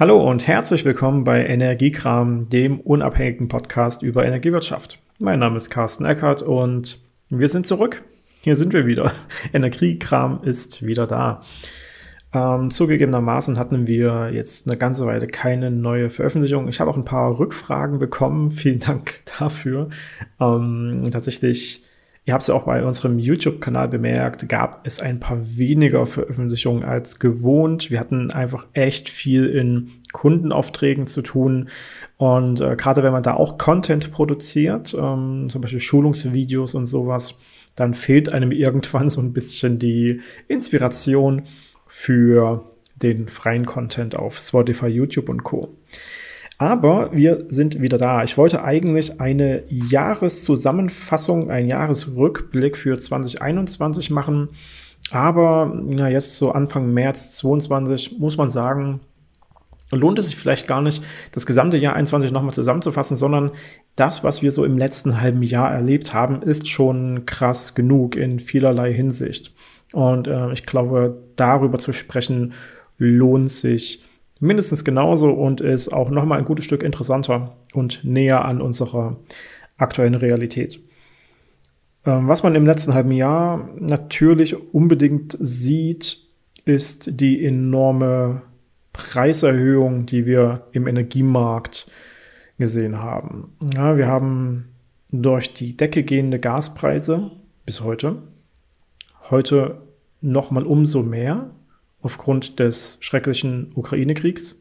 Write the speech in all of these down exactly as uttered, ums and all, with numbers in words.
Hallo und herzlich willkommen bei Energiekram, dem unabhängigen Podcast über Energiewirtschaft. Mein Name ist Carsten Eckert und wir sind zurück. Hier sind wir wieder. Energiekram ist wieder da. Ähm, zugegebenermaßen hatten wir jetzt eine ganze Weile keine neue Veröffentlichung. Ich habe auch ein paar Rückfragen bekommen. Vielen Dank dafür. Ähm, tatsächlich, ihr habt es ja auch bei unserem YouTube-Kanal bemerkt, gab es ein paar weniger Veröffentlichungen als gewohnt. Wir hatten einfach echt viel in Kundenaufträgen zu tun. Und äh, gerade wenn man da auch Content produziert, ähm, zum Beispiel Schulungsvideos und sowas, dann fehlt einem irgendwann so ein bisschen die Inspiration für den freien Content auf Spotify, YouTube und Co. Aber wir sind wieder da. Ich wollte eigentlich eine Jahreszusammenfassung, einen Jahresrückblick für zwanzig einundzwanzig machen. Aber na, jetzt so Anfang März zweiundzwanzig muss man sagen, lohnt es sich vielleicht gar nicht, das gesamte Jahr einundzwanzig nochmal zusammenzufassen, sondern das, was wir so im letzten halben Jahr erlebt haben, ist schon krass genug in vielerlei Hinsicht. Und äh, ich glaube, darüber zu sprechen, lohnt sich mindestens genauso und ist auch nochmal ein gutes Stück interessanter und näher an unserer aktuellen Realität. Ähm, was man im letzten halben Jahr natürlich unbedingt sieht, ist die enorme Preiserhöhung, die wir im Energiemarkt gesehen haben. Ja, wir haben durch die Decke gehende Gaspreise bis heute, heute nochmal umso mehr aufgrund des schrecklichen Ukraine-Kriegs.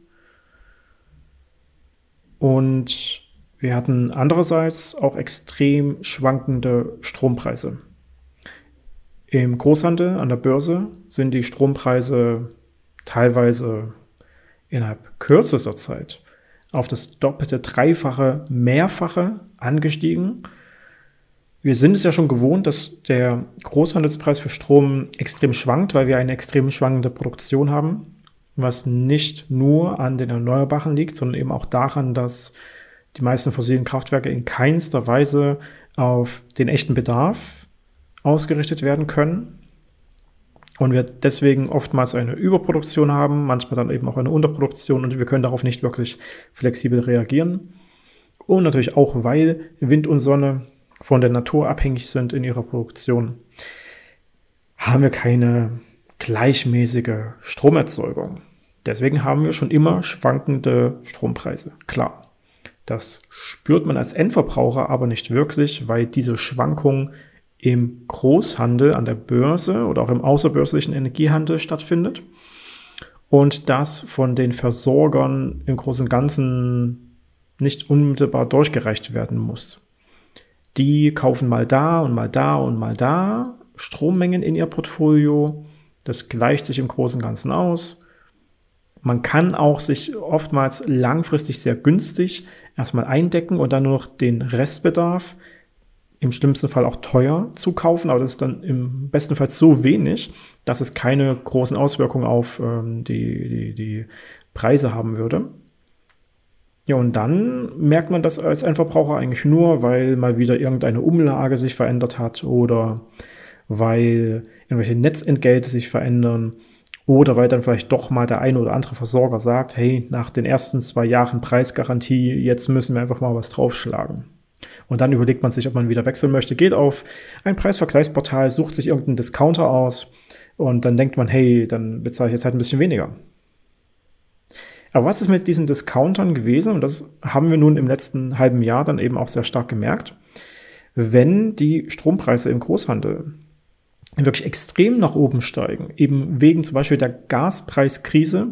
Und wir hatten andererseits auch extrem schwankende Strompreise. Im Großhandel an der Börse sind die Strompreise teilweise innerhalb kürzester Zeit auf das doppelte, dreifache, mehrfache angestiegen. Wir sind es ja schon gewohnt, dass der Großhandelspreis für Strom extrem schwankt, weil wir eine extrem schwankende Produktion haben, was nicht nur an den Erneuerbaren liegt, sondern eben auch daran, dass die meisten fossilen Kraftwerke in keinster Weise auf den echten Bedarf ausgerichtet werden können. Und wir deswegen oftmals eine Überproduktion haben, manchmal dann eben auch eine Unterproduktion und wir können darauf nicht wirklich flexibel reagieren. Und natürlich auch, weil Wind und Sonne von der Natur abhängig sind in ihrer Produktion, haben wir keine gleichmäßige Stromerzeugung. Deswegen haben wir schon immer schwankende Strompreise. Klar, das spürt man als Endverbraucher aber nicht wirklich, weil diese Schwankung im Großhandel an der Börse oder auch im außerbörslichen Energiehandel stattfindet und das von den Versorgern im Großen und Ganzen nicht unmittelbar durchgereicht werden muss. Die kaufen mal da und mal da und mal da Strommengen in ihr Portfolio. Das gleicht sich im Großen und Ganzen aus. Man kann auch sich oftmals langfristig sehr günstig erstmal eindecken und dann nur noch den Restbedarf im schlimmsten Fall auch teuer zu kaufen, aber das ist dann im besten Fall so wenig, dass es keine großen Auswirkungen auf ähm, die, die, die Preise haben würde. Ja, und dann merkt man das als Endverbraucher eigentlich nur, weil mal wieder irgendeine Umlage sich verändert hat oder weil irgendwelche Netzentgelte sich verändern oder weil dann vielleicht doch mal der eine oder andere Versorger sagt, hey, nach den ersten zwei Jahren Preisgarantie, jetzt müssen wir einfach mal was draufschlagen. Und dann überlegt man sich, ob man wieder wechseln möchte, geht auf ein Preisvergleichsportal, sucht sich irgendeinen Discounter aus und dann denkt man, hey, dann bezahle ich jetzt halt ein bisschen weniger. Aber was ist mit diesen Discountern gewesen? Und das haben wir nun im letzten halben Jahr dann eben auch sehr stark gemerkt. Wenn die Strompreise im Großhandel wirklich extrem nach oben steigen, eben wegen zum Beispiel der Gaspreiskrise,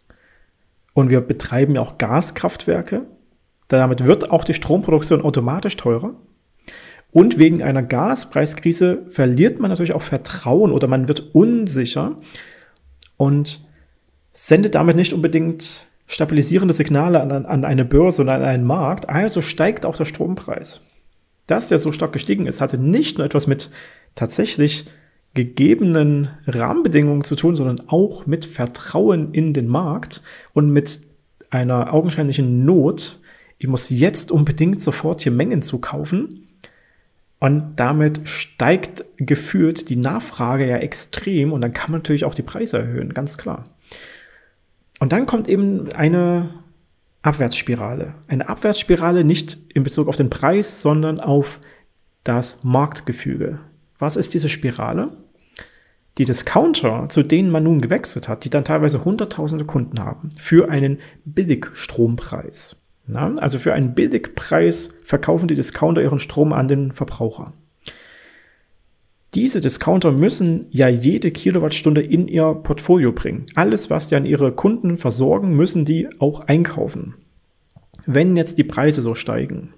und wir betreiben ja auch Gaskraftwerke, damit wird auch die Stromproduktion automatisch teurer. Und wegen einer Gaspreiskrise verliert man natürlich auch Vertrauen oder man wird unsicher und sendet damit nicht unbedingt stabilisierende Signale an, an eine Börse oder an einen Markt. Also steigt auch der Strompreis. Dass der so stark gestiegen ist, hatte nicht nur etwas mit tatsächlich gegebenen Rahmenbedingungen zu tun, sondern auch mit Vertrauen in den Markt und mit einer augenscheinlichen Not. Ich muss jetzt unbedingt sofort hier Mengen zu kaufen. Und damit steigt gefühlt die Nachfrage ja extrem und dann kann man natürlich auch die Preise erhöhen, ganz klar. Und dann kommt eben eine Abwärtsspirale. Eine Abwärtsspirale nicht in Bezug auf den Preis, sondern auf das Marktgefüge. Was ist diese Spirale? Die Discounter, zu denen man nun gewechselt hat, die dann teilweise hunderttausende Kunden haben, für einen Billigstrompreis. Na, also für einen Billigpreis verkaufen die Discounter ihren Strom an den Verbraucher. Diese Discounter müssen ja jede Kilowattstunde in ihr Portfolio bringen. Alles, was die an ihre Kunden versorgen, müssen die auch einkaufen. Wenn jetzt die Preise so steigen,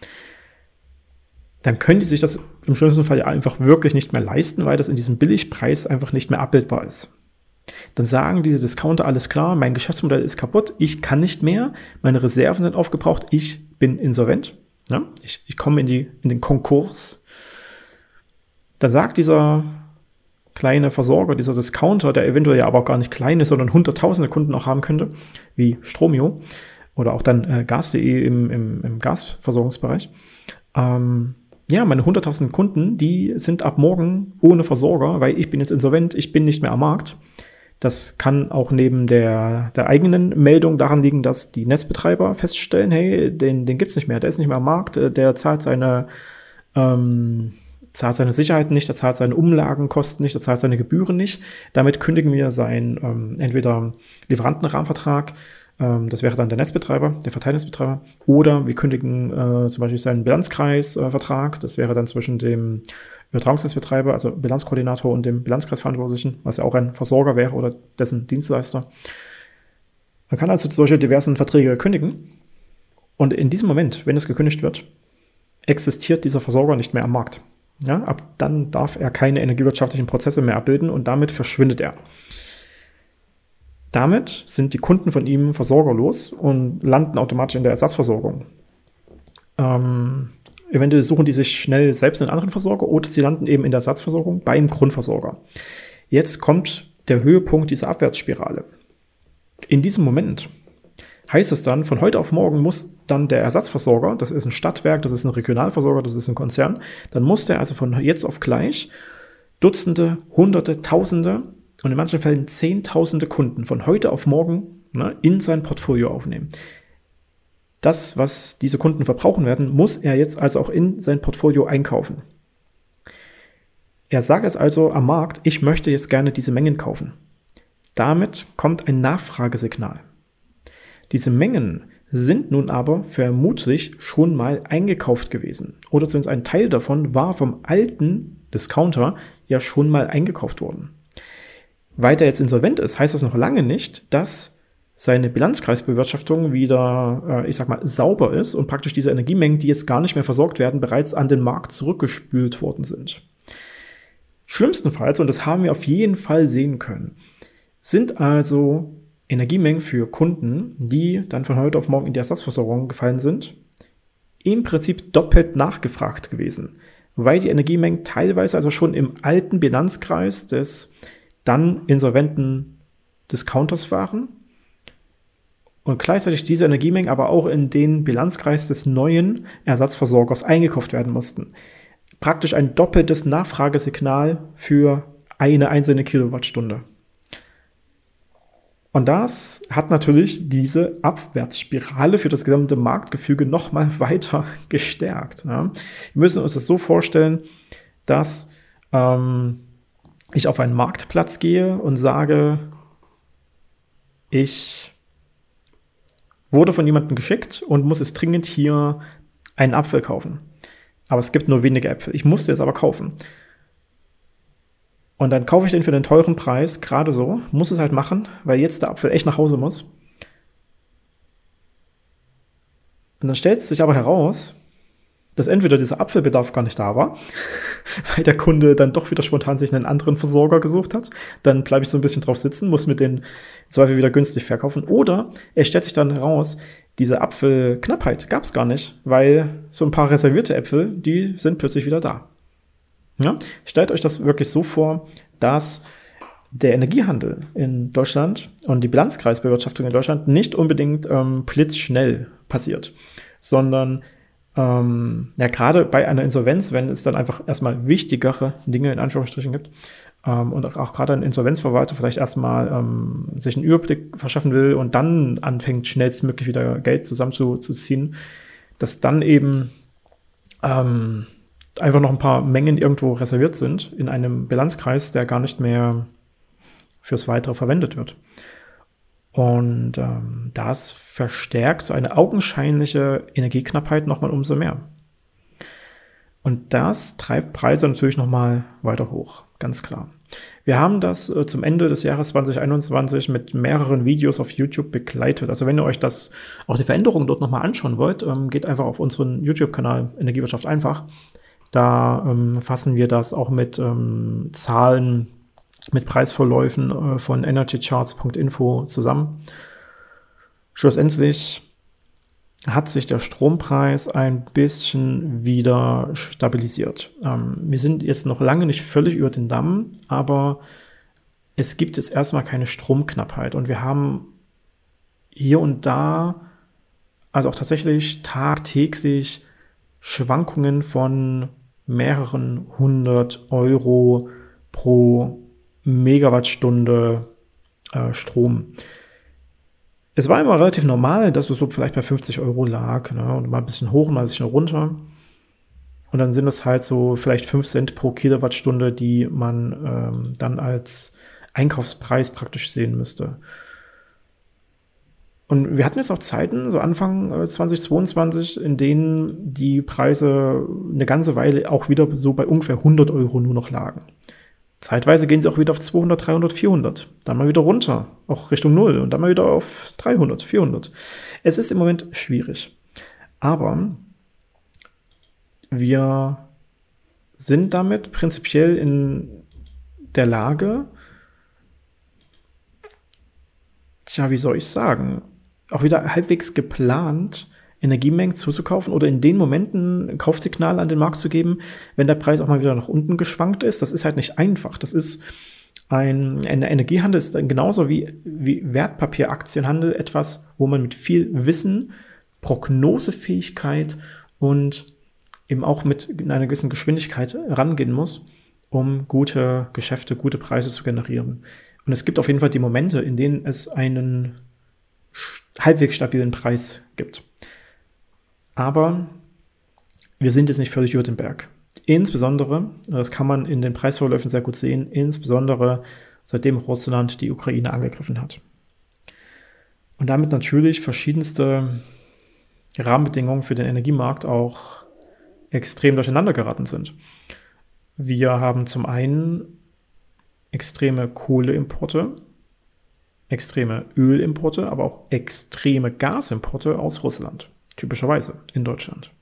dann können die sich das im schlimmsten Fall ja einfach wirklich nicht mehr leisten, weil das in diesem Billigpreis einfach nicht mehr abbildbar ist. Dann sagen diese Discounter, alles klar, mein Geschäftsmodell ist kaputt, ich kann nicht mehr, meine Reserven sind aufgebraucht, ich bin insolvent, ja, ich, ich komme in, die, in den Konkurs. Da sagt dieser kleine Versorger, dieser Discounter, der eventuell ja aber auch gar nicht klein ist, sondern hunderttausende Kunden auch haben könnte, wie Stromio oder auch dann äh, gas punkt de im, im, im Gasversorgungsbereich, ähm, ja, meine hunderttausend Kunden, die sind ab morgen ohne Versorger, weil ich bin jetzt insolvent, ich bin nicht mehr am Markt. Das kann auch neben der, der eigenen Meldung daran liegen, dass die Netzbetreiber feststellen, hey, den, den gibt es nicht mehr, der ist nicht mehr am Markt, der zahlt seine, ähm, zahlt seine Sicherheiten nicht, der zahlt seine Umlagenkosten nicht, der zahlt seine Gebühren nicht. Damit kündigen wir seinen ähm, entweder Lieferantenrahmenvertrag, das wäre dann der Netzbetreiber, der Verteilnetzbetreiber. Oder wir kündigen äh, zum Beispiel seinen Bilanzkreisvertrag. Äh, das wäre dann zwischen dem Übertragungsnetzbetreiber, also Bilanzkoordinator und dem Bilanzkreisverantwortlichen, was ja auch ein Versorger wäre oder dessen Dienstleister. Man kann also solche diversen Verträge kündigen. Und in diesem Moment, wenn es gekündigt wird, existiert dieser Versorger nicht mehr am Markt. Ja, ab dann darf er keine energiewirtschaftlichen Prozesse mehr abbilden und damit verschwindet er. Damit sind die Kunden von ihm versorgerlos und landen automatisch in der Ersatzversorgung. Ähm, eventuell suchen die sich schnell selbst einen anderen Versorger oder sie landen eben in der Ersatzversorgung beim Grundversorger. Jetzt kommt der Höhepunkt dieser Abwärtsspirale. In diesem Moment heißt es dann, von heute auf morgen muss dann der Ersatzversorger, das ist ein Stadtwerk, das ist ein Regionalversorger, das ist ein Konzern, dann muss der also von jetzt auf gleich Dutzende, Hunderte, Tausende und in manchen Fällen Zehntausende Kunden von heute auf morgen ne, in sein Portfolio aufnehmen. Das, was diese Kunden verbrauchen werden, muss er jetzt also auch in sein Portfolio einkaufen. Er sagt es also am Markt, ich möchte jetzt gerne diese Mengen kaufen. Damit kommt ein Nachfragesignal. Diese Mengen sind nun aber vermutlich schon mal eingekauft gewesen. Oder zumindest ein Teil davon war vom alten Discounter ja schon mal eingekauft worden. Weil der jetzt insolvent ist, heißt das noch lange nicht, dass seine Bilanzkreisbewirtschaftung wieder, äh, ich sag mal, sauber ist und praktisch diese Energiemengen, die jetzt gar nicht mehr versorgt werden, bereits an den Markt zurückgespült worden sind. Schlimmstenfalls, und das haben wir auf jeden Fall sehen können, sind also Energiemengen für Kunden, die dann von heute auf morgen in die Ersatzversorgung gefallen sind, im Prinzip doppelt nachgefragt gewesen, weil die Energiemengen teilweise also schon im alten Bilanzkreis des dann insolventen Discounters waren und gleichzeitig diese Energiemengen aber auch in den Bilanzkreis des neuen Ersatzversorgers eingekauft werden mussten. Praktisch ein doppeltes Nachfragesignal für eine einzelne Kilowattstunde. Und das hat natürlich diese Abwärtsspirale für das gesamte Marktgefüge nochmal weiter gestärkt. Ja. Wir müssen uns das so vorstellen, dass ähm, ich auf einen Marktplatz gehe und sage, ich wurde von jemandem geschickt und muss jetzt dringend hier einen Apfel kaufen. Aber es gibt nur wenige Äpfel. Ich musste jetzt aber kaufen. Und dann kaufe ich den für den teuren Preis, gerade so, muss es halt machen, weil jetzt der Apfel echt nach Hause muss. Und dann stellt es sich aber heraus, dass entweder dieser Apfelbedarf gar nicht da war, weil der Kunde dann doch wieder spontan sich einen anderen Versorger gesucht hat. Dann bleibe ich so ein bisschen drauf sitzen, muss mit den Zweifel wieder günstig verkaufen. Oder es stellt sich dann heraus, diese Apfelknappheit gab es gar nicht, weil so ein paar reservierte Äpfel, die sind plötzlich wieder da. Ja? Stellt euch das wirklich so vor, dass der Energiehandel in Deutschland und die Bilanzkreisbewirtschaftung in Deutschland nicht unbedingt ähm, blitzschnell passiert, sondern Ähm, ja, gerade bei einer Insolvenz, wenn es dann einfach erstmal wichtigere Dinge in Anführungsstrichen gibt, ähm, und auch gerade ein Insolvenzverwalter vielleicht erstmal ähm, sich einen Überblick verschaffen will und dann anfängt, schnellstmöglich wieder Geld zusammenzuziehen, dass dann eben ähm, einfach noch ein paar Mengen irgendwo reserviert sind in einem Bilanzkreis, der gar nicht mehr fürs Weitere verwendet wird. Und ähm, das verstärkt so eine augenscheinliche Energieknappheit nochmal umso mehr. Und das treibt Preise natürlich nochmal weiter hoch, ganz klar. Wir haben das äh, zum Ende des Jahres zwanzig einundzwanzig mit mehreren Videos auf YouTube begleitet. Also wenn ihr euch das, auch die Veränderungen dort nochmal anschauen wollt, ähm, geht einfach auf unseren YouTube-Kanal Energiewirtschaft einfach. Da ähm, fassen wir das auch mit ähm, Zahlen, mit Preisverläufen äh, von energycharts punkt info zusammen. Schlussendlich hat sich der Strompreis ein bisschen wieder stabilisiert. Ähm, wir sind jetzt noch lange nicht völlig über den Damm, aber es gibt jetzt erstmal keine Stromknappheit und wir haben hier und da, also auch tatsächlich tagtäglich Schwankungen von mehreren hundert Euro pro Megawattstunde äh, Strom. Es war immer relativ normal, dass es so vielleicht bei fünfzig Euro lag, ne? Und mal ein bisschen hoch, mal ein bisschen runter. Und dann sind es halt so vielleicht fünf Cent pro Kilowattstunde, die man ähm, dann als Einkaufspreis praktisch sehen müsste. Und wir hatten jetzt auch Zeiten, so Anfang äh, zwanzig zweiundzwanzig, in denen die Preise eine ganze Weile auch wieder so bei ungefähr hundert Euro nur noch lagen. Zeitweise gehen sie auch wieder auf zweihundert, dreihundert, vierhundert. Dann mal wieder runter, auch Richtung Null. Und dann mal wieder auf dreihundert, vierhundert. Es ist im Moment schwierig. Aber wir sind damit prinzipiell in der Lage, tja, wie soll ich sagen, auch wieder halbwegs geplant Energiemengen zuzukaufen oder in den Momenten ein Kaufsignal an den Markt zu geben, wenn der Preis auch mal wieder nach unten geschwankt ist. Das ist halt nicht einfach. Das ist ein, ein Energiehandel ist dann genauso wie, wie Wertpapieraktienhandel etwas, wo man mit viel Wissen, Prognosefähigkeit und eben auch mit einer gewissen Geschwindigkeit rangehen muss, um gute Geschäfte, gute Preise zu generieren. Und es gibt auf jeden Fall die Momente, in denen es einen halbwegs stabilen Preis gibt. Aber wir sind jetzt nicht völlig über den Berg. Insbesondere, das kann man in den Preisverläufen sehr gut sehen, insbesondere seitdem Russland die Ukraine angegriffen hat. Und damit natürlich verschiedenste Rahmenbedingungen für den Energiemarkt auch extrem durcheinander geraten sind. Wir haben zum einen extreme Kohleimporte, extreme Ölimporte, aber auch extreme Gasimporte aus Russland. Typischerweise in Deutschland.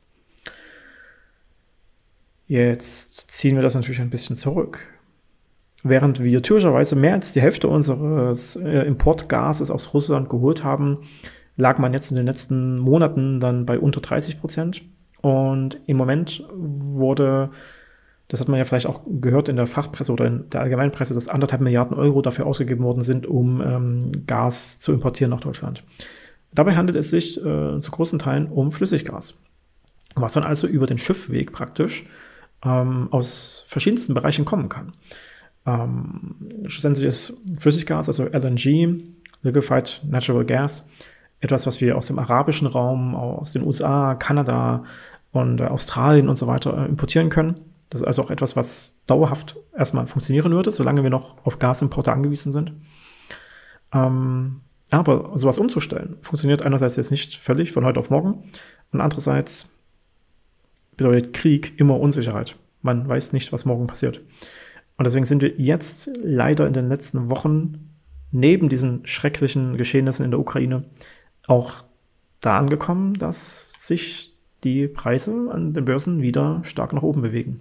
Jetzt ziehen wir das natürlich ein bisschen zurück. Während wir typischerweise mehr als die Hälfte unseres äh, Importgases aus Russland geholt haben, lag man jetzt in den letzten Monaten dann bei unter dreißig Prozent. Und im Moment wurde, das hat man ja vielleicht auch gehört in der Fachpresse oder in der Allgemeinpresse, dass anderthalb Milliarden Euro dafür ausgegeben worden sind, um ähm, Gas zu importieren nach Deutschland. Dabei handelt es sich äh, zu großen Teilen um Flüssiggas, was dann also über den Schiffweg praktisch ähm, aus verschiedensten Bereichen kommen kann. Ähm, schlussendlich ist Flüssiggas, also L N G, Liquefied Natural Gas, etwas, was wir aus dem arabischen Raum, aus den U S A, Kanada und äh, Australien und so weiter äh, importieren können. Das ist also auch etwas, was dauerhaft erstmal funktionieren würde, solange wir noch auf Gasimporte angewiesen sind. Ähm, Aber sowas umzustellen, funktioniert einerseits jetzt nicht völlig von heute auf morgen und andererseits bedeutet Krieg immer Unsicherheit. Man weiß nicht, was morgen passiert. Und deswegen sind wir jetzt leider in den letzten Wochen neben diesen schrecklichen Geschehnissen in der Ukraine auch da angekommen, dass sich die Preise an den Börsen wieder stark nach oben bewegen.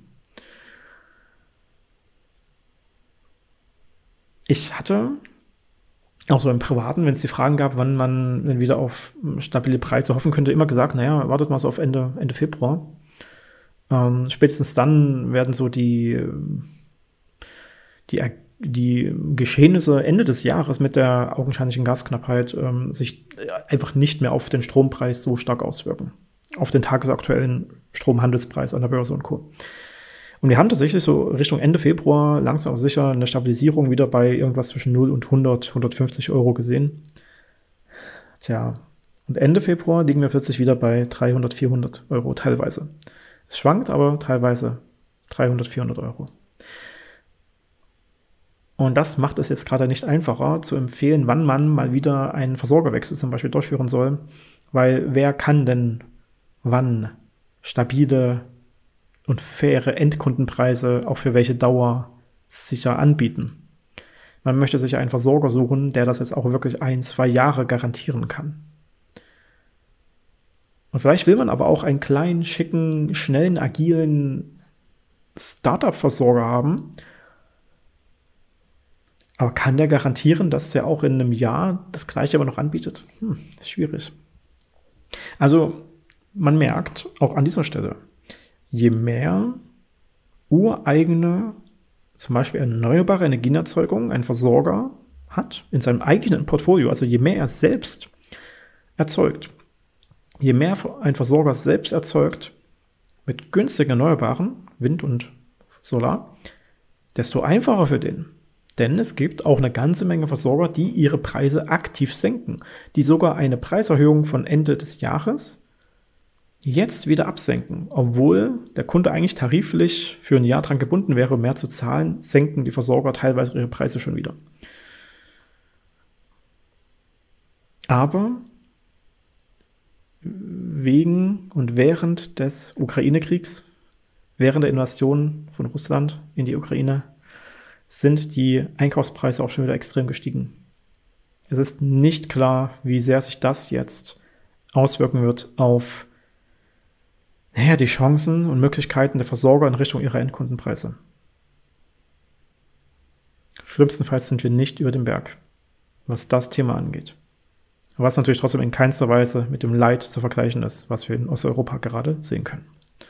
Ich hatte auch so im Privaten, wenn es die Fragen gab, wann man wieder auf stabile Preise hoffen könnte, immer gesagt, naja, wartet mal so auf Ende, Ende Februar. Ähm, spätestens dann werden so die, die, die Geschehnisse Ende des Jahres mit der augenscheinlichen Gasknappheit ähm, sich einfach nicht mehr auf den Strompreis so stark auswirken. Auf den tagesaktuellen Stromhandelspreis an der Börse und Co. Und wir haben tatsächlich so Richtung Ende Februar langsam aber sicher eine Stabilisierung wieder bei irgendwas zwischen null und hundert, hundertfünfzig Euro gesehen. Tja, und Ende Februar liegen wir plötzlich wieder bei dreihundert, vierhundert Euro teilweise. Es schwankt, aber teilweise dreihundert, vierhundert Euro. Und das macht es jetzt gerade nicht einfacher, zu empfehlen, wann man mal wieder einen Versorgerwechsel zum Beispiel durchführen soll. Weil wer kann denn wann stabile und faire Endkundenpreise auch für welche Dauer sicher anbieten? Man möchte sich einen Versorger suchen, der das jetzt auch wirklich ein, zwei Jahre garantieren kann. Und vielleicht will man aber auch einen kleinen, schicken, schnellen, agilen Startup-Versorger haben. Aber kann der garantieren, dass der auch in einem Jahr das Gleiche aber noch anbietet? Hm, ist schwierig. Also man merkt auch an dieser Stelle, je mehr ureigene, zum Beispiel erneuerbare Energieerzeugung ein Versorger hat in seinem eigenen Portfolio, also je mehr er selbst erzeugt, je mehr ein Versorger selbst erzeugt mit günstigen Erneuerbaren, Wind und Solar, desto einfacher für den. Denn es gibt auch eine ganze Menge Versorger, die ihre Preise aktiv senken, die sogar eine Preiserhöhung von Ende des Jahres jetzt wieder absenken. Obwohl der Kunde eigentlich tariflich für ein Jahr dran gebunden wäre, um mehr zu zahlen, senken die Versorger teilweise ihre Preise schon wieder. Aber wegen und während des Ukraine-Kriegs, während der Invasion von Russland in die Ukraine, sind die Einkaufspreise auch schon wieder extrem gestiegen. Es ist nicht klar, wie sehr sich das jetzt auswirken wird auf naja, die Chancen und Möglichkeiten der Versorger in Richtung ihrer Endkundenpreise. Schlimmstenfalls sind wir nicht über dem Berg, was das Thema angeht. Was natürlich trotzdem in keinster Weise mit dem Leid zu vergleichen ist, was wir in Osteuropa gerade sehen können.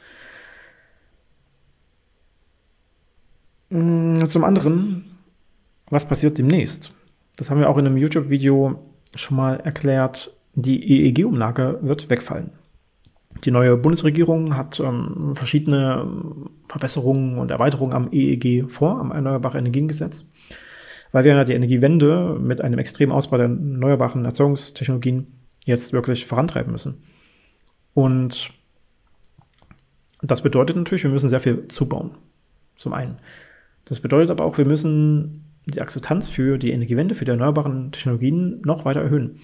Zum anderen, was passiert demnächst? Das haben wir auch in einem YouTube-Video schon mal erklärt. Die E E G-Umlage wird wegfallen. Die neue Bundesregierung hat ähm, verschiedene Verbesserungen und Erweiterungen am E E G vor, am Erneuerbare Energiengesetz, weil wir ja die Energiewende mit einem extremen Ausbau der erneuerbaren Erzeugungstechnologien jetzt wirklich vorantreiben müssen. Und das bedeutet natürlich, wir müssen sehr viel zubauen, zum einen. Das bedeutet aber auch, wir müssen die Akzeptanz für die Energiewende, für die erneuerbaren Technologien noch weiter erhöhen.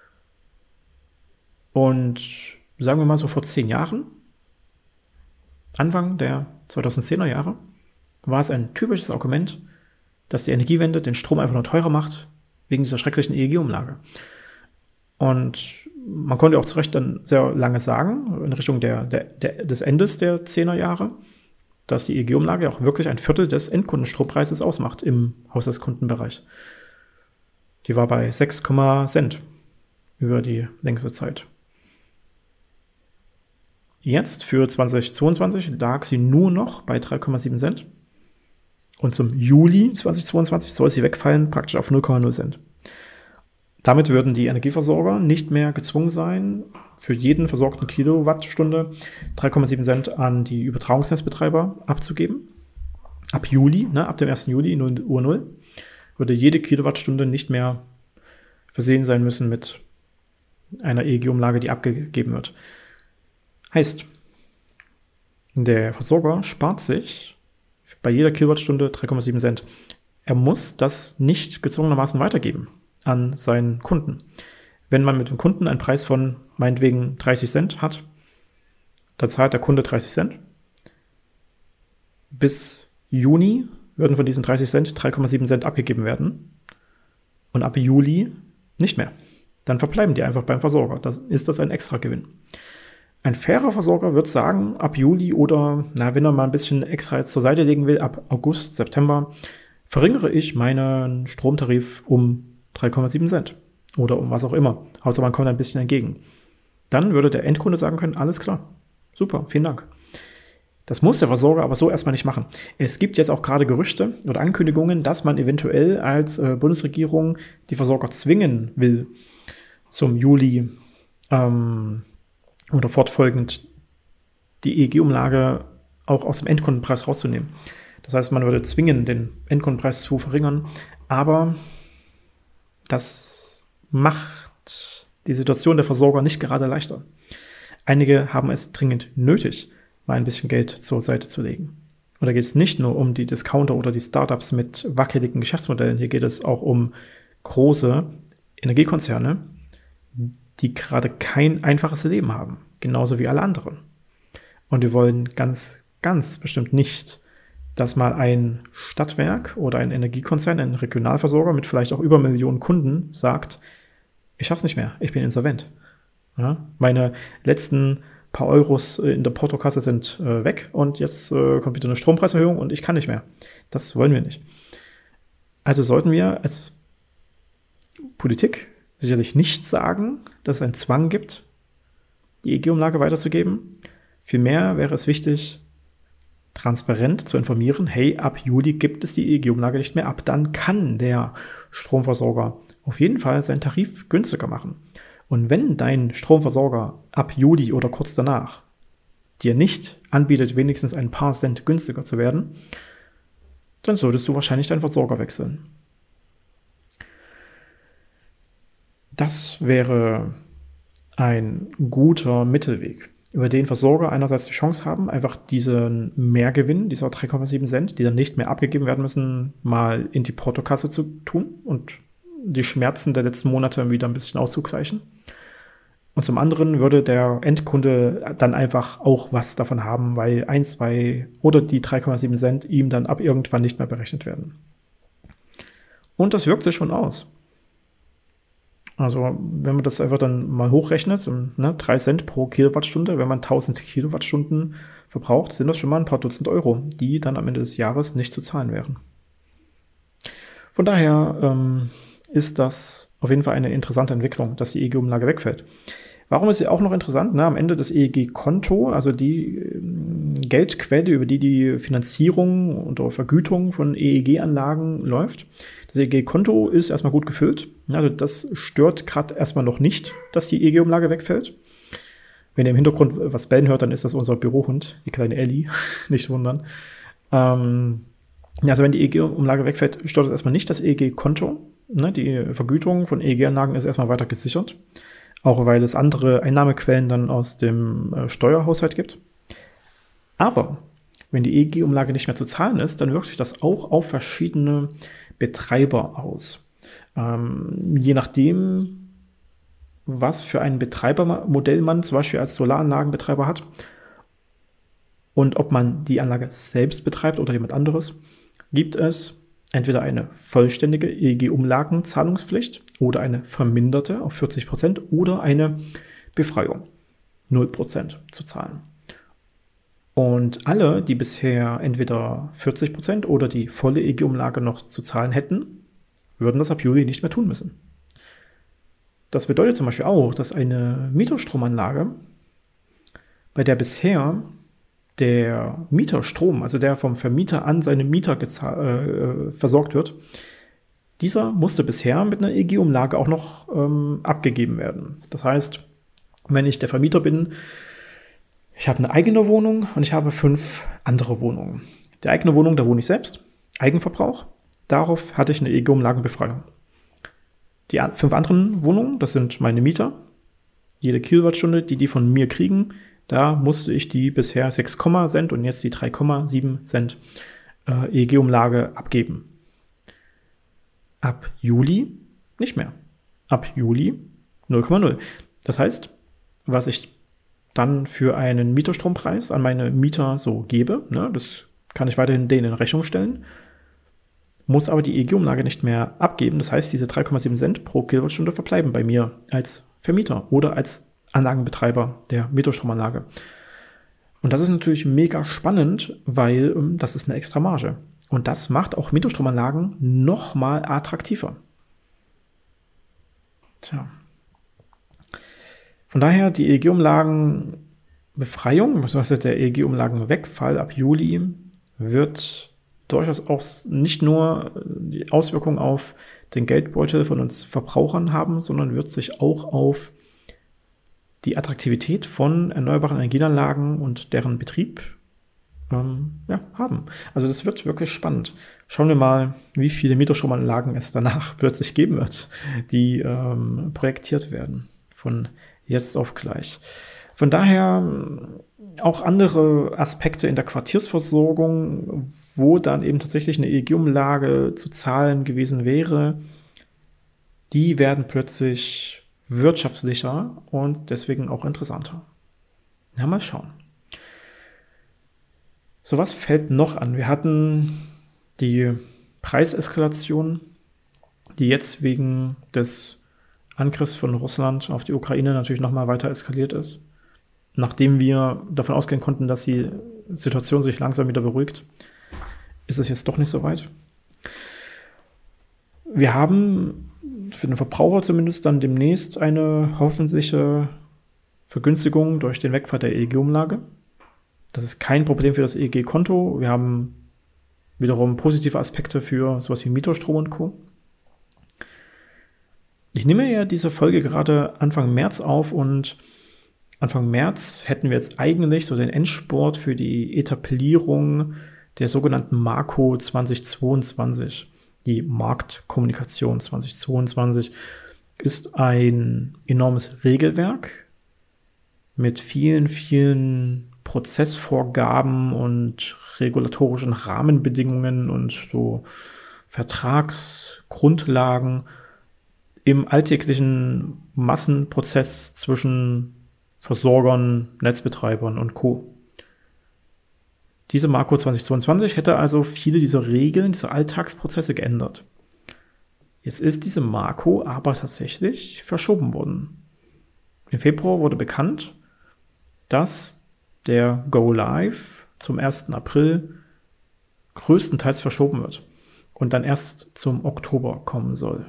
Und sagen wir mal so vor zehn Jahren, Anfang der zweitausendzehner Jahre, war es ein typisches Argument, dass die Energiewende den Strom einfach nur teurer macht, wegen dieser schrecklichen E E G-Umlage. Und man konnte auch zu Recht dann sehr lange sagen, in Richtung der, der, der, des Endes der zehner Jahre, dass die E E G-Umlage auch wirklich ein Viertel des Endkundenstropppreises ausmacht im Haushaltskundenbereich. Die war bei sechs Cent über die längste Zeit. Jetzt für zweitausendzweiundzwanzig lag sie nur noch bei drei Komma sieben Cent. Und zum Juli zweitausendzweiundzwanzig soll sie wegfallen, praktisch auf null Komma null Cent. Damit würden die Energieversorger nicht mehr gezwungen sein, für jeden versorgten Kilowattstunde drei Komma sieben Cent an die Übertragungsnetzbetreiber abzugeben. Ab Juli, ne, ab dem ersten Juli, null Uhr null, würde jede Kilowattstunde nicht mehr versehen sein müssen mit einer E E G-Umlage, die abgegeben wird. Heißt, der Versorger spart sich bei jeder Kilowattstunde drei Komma sieben Cent. Er muss das nicht gezwungenermaßen weitergeben an seinen Kunden. Wenn man mit dem Kunden einen Preis von meinetwegen dreißig Cent hat, dann zahlt der Kunde dreißig Cent. Bis Juni würden von diesen dreißig Cent drei Komma sieben Cent abgegeben werden und ab Juli nicht mehr. Dann verbleiben die einfach beim Versorger. Dann ist das ein Extragewinn. Ein fairer Versorger wird sagen, ab Juli oder, na, wenn er mal ein bisschen extra jetzt zur Seite legen will, ab August, September, verringere ich meinen Stromtarif um drei Komma sieben Cent oder um was auch immer. Hauptsache man kommt ein bisschen entgegen. Dann würde der Endkunde sagen können, alles klar, super, vielen Dank. Das muss der Versorger aber so erstmal nicht machen. Es gibt jetzt auch gerade Gerüchte oder Ankündigungen, dass man eventuell als äh, Bundesregierung die Versorger zwingen will, zum Juli ähm, oder fortfolgend die E E G-Umlage auch aus dem Endkundenpreis rauszunehmen. Das heißt, man würde zwingen, den Endkundenpreis zu verringern, aber das macht die Situation der Versorger nicht gerade leichter. Einige haben es dringend nötig, mal ein bisschen Geld zur Seite zu legen. Und da geht es nicht nur um die Discounter oder die Startups mit wackeligen Geschäftsmodellen, hier geht es auch um große Energiekonzerne, die gerade kein einfaches Leben haben, genauso wie alle anderen. Und wir wollen ganz, ganz bestimmt nicht, dass mal ein Stadtwerk oder ein Energiekonzern, ein Regionalversorger mit vielleicht auch über Millionen Kunden sagt, ich schaff's nicht mehr, ich bin insolvent. Ja, meine letzten paar Euros in der Portokasse sind äh, weg und jetzt äh, kommt wieder eine Strompreiserhöhung und ich kann nicht mehr. Das wollen wir nicht. Also sollten wir als Politik sicherlich nicht sagen, dass es einen Zwang gibt, die E E G-Umlage weiterzugeben. Vielmehr wäre es wichtig, transparent zu informieren, hey, ab Juli gibt es die E E G-Umlage nicht mehr, ab dann kann der Stromversorger auf jeden Fall seinen Tarif günstiger machen. Und wenn dein Stromversorger ab Juli oder kurz danach dir nicht anbietet, wenigstens ein paar Cent günstiger zu werden, dann solltest du wahrscheinlich deinen Versorger wechseln. Das wäre ein guter Mittelweg, über den Versorger einerseits die Chance haben, einfach diesen Mehrgewinn, dieser drei Komma sieben Cent, die dann nicht mehr abgegeben werden müssen, mal in die Portokasse zu tun und die Schmerzen der letzten Monate wieder ein bisschen auszugleichen. Und zum anderen würde der Endkunde dann einfach auch was davon haben, weil ein, zwei oder die drei Komma sieben Cent ihm dann ab irgendwann nicht mehr berechnet werden. Und das wirkt sich schon aus. Also wenn man das einfach dann mal hochrechnet, ne, drei Cent pro Kilowattstunde, wenn man tausend Kilowattstunden verbraucht, sind das schon mal ein paar Dutzend Euro, die dann am Ende des Jahres nicht zu zahlen wären. Von daher ähm, ist das auf jeden Fall eine interessante Entwicklung, dass die E E G-Umlage wegfällt. Warum ist sie auch noch interessant? Na, am Ende das E E G-Konto, also die äh, Geldquelle, über die die Finanzierung oder Vergütung von E E G-Anlagen läuft. Das E E G-Konto ist erstmal gut gefüllt. Also das stört gerade erstmal noch nicht, dass die E E G-Umlage wegfällt. Wenn ihr im Hintergrund was bellen hört, dann ist das unser Bürohund, die kleine Ellie, nicht wundern. Ähm, also wenn die E E G-Umlage wegfällt, stört das erstmal nicht das E E G-Konto. Ne, die Vergütung von E E G-Anlagen ist erstmal weiter gesichert, auch weil es andere Einnahmequellen dann aus dem äh, Steuerhaushalt gibt. Aber wenn die E E G-Umlage nicht mehr zu zahlen ist, dann wirkt sich das auch auf verschiedene Betreiber aus. Ähm, je nachdem, was für ein Betreibermodell man zum Beispiel als Solaranlagenbetreiber hat und ob man die Anlage selbst betreibt oder jemand anderes, gibt es entweder eine vollständige E E G-Umlagenzahlungspflicht oder eine verminderte auf vierzig Prozent oder eine Befreiung, null Prozent zu zahlen. Und alle, die bisher entweder vierzig Prozent oder die volle E E G-Umlage noch zu zahlen hätten, würden das ab Juli nicht mehr tun müssen. Das bedeutet zum Beispiel auch, dass eine Mieterstromanlage, bei der bisher der Mieterstrom, also der vom Vermieter an seine Mieter äh, versorgt wird, dieser musste bisher mit einer E E G-Umlage auch noch ähm, abgegeben werden. Das heißt, wenn ich der Vermieter bin, ich habe eine eigene Wohnung und ich habe fünf andere Wohnungen. Die eigene Wohnung, da wohne ich selbst, Eigenverbrauch, darauf hatte ich eine E E G-Umlagenbefreiung. Die fünf anderen Wohnungen, das sind meine Mieter, jede Kilowattstunde, die die von mir kriegen, da musste ich die bisher sechs Cent und jetzt die drei Komma sieben Cent äh, E E G-Umlage abgeben. Ab Juli nicht mehr. Ab Juli null Komma null. Das heißt, was ich dann für einen Mieterstrompreis an meine Mieter so gebe, ne, das kann ich weiterhin denen in Rechnung stellen, muss aber die E E G-Umlage nicht mehr abgeben. Das heißt, diese drei Komma sieben Cent pro Kilowattstunde verbleiben bei mir als Vermieter oder als Anlagenbetreiber der Mieterstromanlage. Und das ist natürlich mega spannend, weil ähm, das ist eine extra Marge. Und das macht auch Mieterstromanlagen nochmal attraktiver. Tja. Von daher die E E G-Umlagenbefreiung, beziehungsweise der E E G-Umlagenwegfall ab Juli wird durchaus auch nicht nur die Auswirkungen auf den Geldbeutel von uns Verbrauchern haben, sondern wird sich auch auf die Attraktivität von erneuerbaren Energieanlagen und deren Betrieb ähm, ja, haben. Also das wird wirklich spannend. Schauen wir mal, wie viele Mietostromanlagen es danach plötzlich geben wird, die ähm, projektiert werden. Von jetzt auf gleich. Von daher auch andere Aspekte in der Quartiersversorgung, wo dann eben tatsächlich eine E E G-Umlage zu zahlen gewesen wäre, die werden plötzlich wirtschaftlicher und deswegen auch interessanter. Ja, mal schauen. So, was fällt noch an? Wir hatten die Preiseskalation, die jetzt wegen des Angriffs von Russland auf die Ukraine natürlich nochmal weiter eskaliert ist. Nachdem wir davon ausgehen konnten, dass die Situation sich langsam wieder beruhigt, ist es jetzt doch nicht so weit. Wir haben für den Verbraucher zumindest dann demnächst eine hoffentliche Vergünstigung durch den Wegfall der E E G-Umlage. Das ist kein Problem für das E E G-Konto. Wir haben wiederum positive Aspekte für sowas wie Mietostrom und Co. Ich nehme ja diese Folge gerade Anfang März auf und Anfang März hätten wir jetzt eigentlich so den Endspurt für die Etablierung der sogenannten Marco zwanzig zweiundzwanzig. Die Marktkommunikation zwanzig zweiundzwanzig ist ein enormes Regelwerk mit vielen, vielen Prozessvorgaben und regulatorischen Rahmenbedingungen und so Vertragsgrundlagen im alltäglichen Massenprozess zwischen Versorgern, Netzbetreibern und Co. Diese Marco zwanzig zweiundzwanzig hätte also viele dieser Regeln, diese Alltagsprozesse geändert. Jetzt ist diese Marco aber tatsächlich verschoben worden. Im Februar wurde bekannt, dass der Go Live zum ersten April größtenteils verschoben wird und dann erst zum Oktober kommen soll.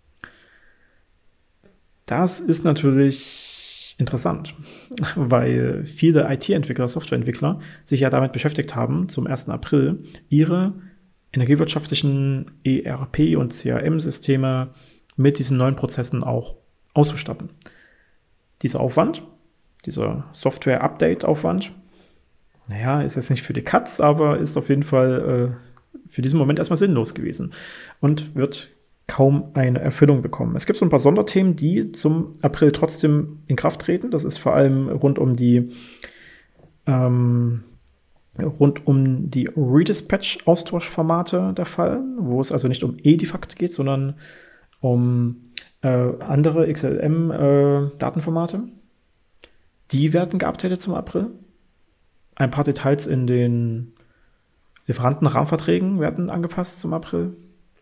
Das ist natürlich interessant, weil viele I T-Entwickler, Softwareentwickler sich ja damit beschäftigt haben, zum ersten April ihre energiewirtschaftlichen E R P- und C R M-Systeme mit diesen neuen Prozessen auch auszustatten. Dieser Aufwand, dieser Software-Update-Aufwand, naja, ist jetzt nicht für die Katz, aber ist auf jeden Fall äh, für diesen Moment erstmal sinnlos gewesen und wird kaum eine Erfüllung bekommen. Es gibt so ein paar Sonderthemen, die zum April trotzdem in Kraft treten. Das ist vor allem rund um die ähm, rund um die Redispatch-Austauschformate der Fall, wo es also nicht um Edifact geht, sondern um äh, andere X L M-Datenformate. Äh, die werden geupdatet zum April. Ein paar Details in den Lieferantenrahmenverträgen werden angepasst zum April.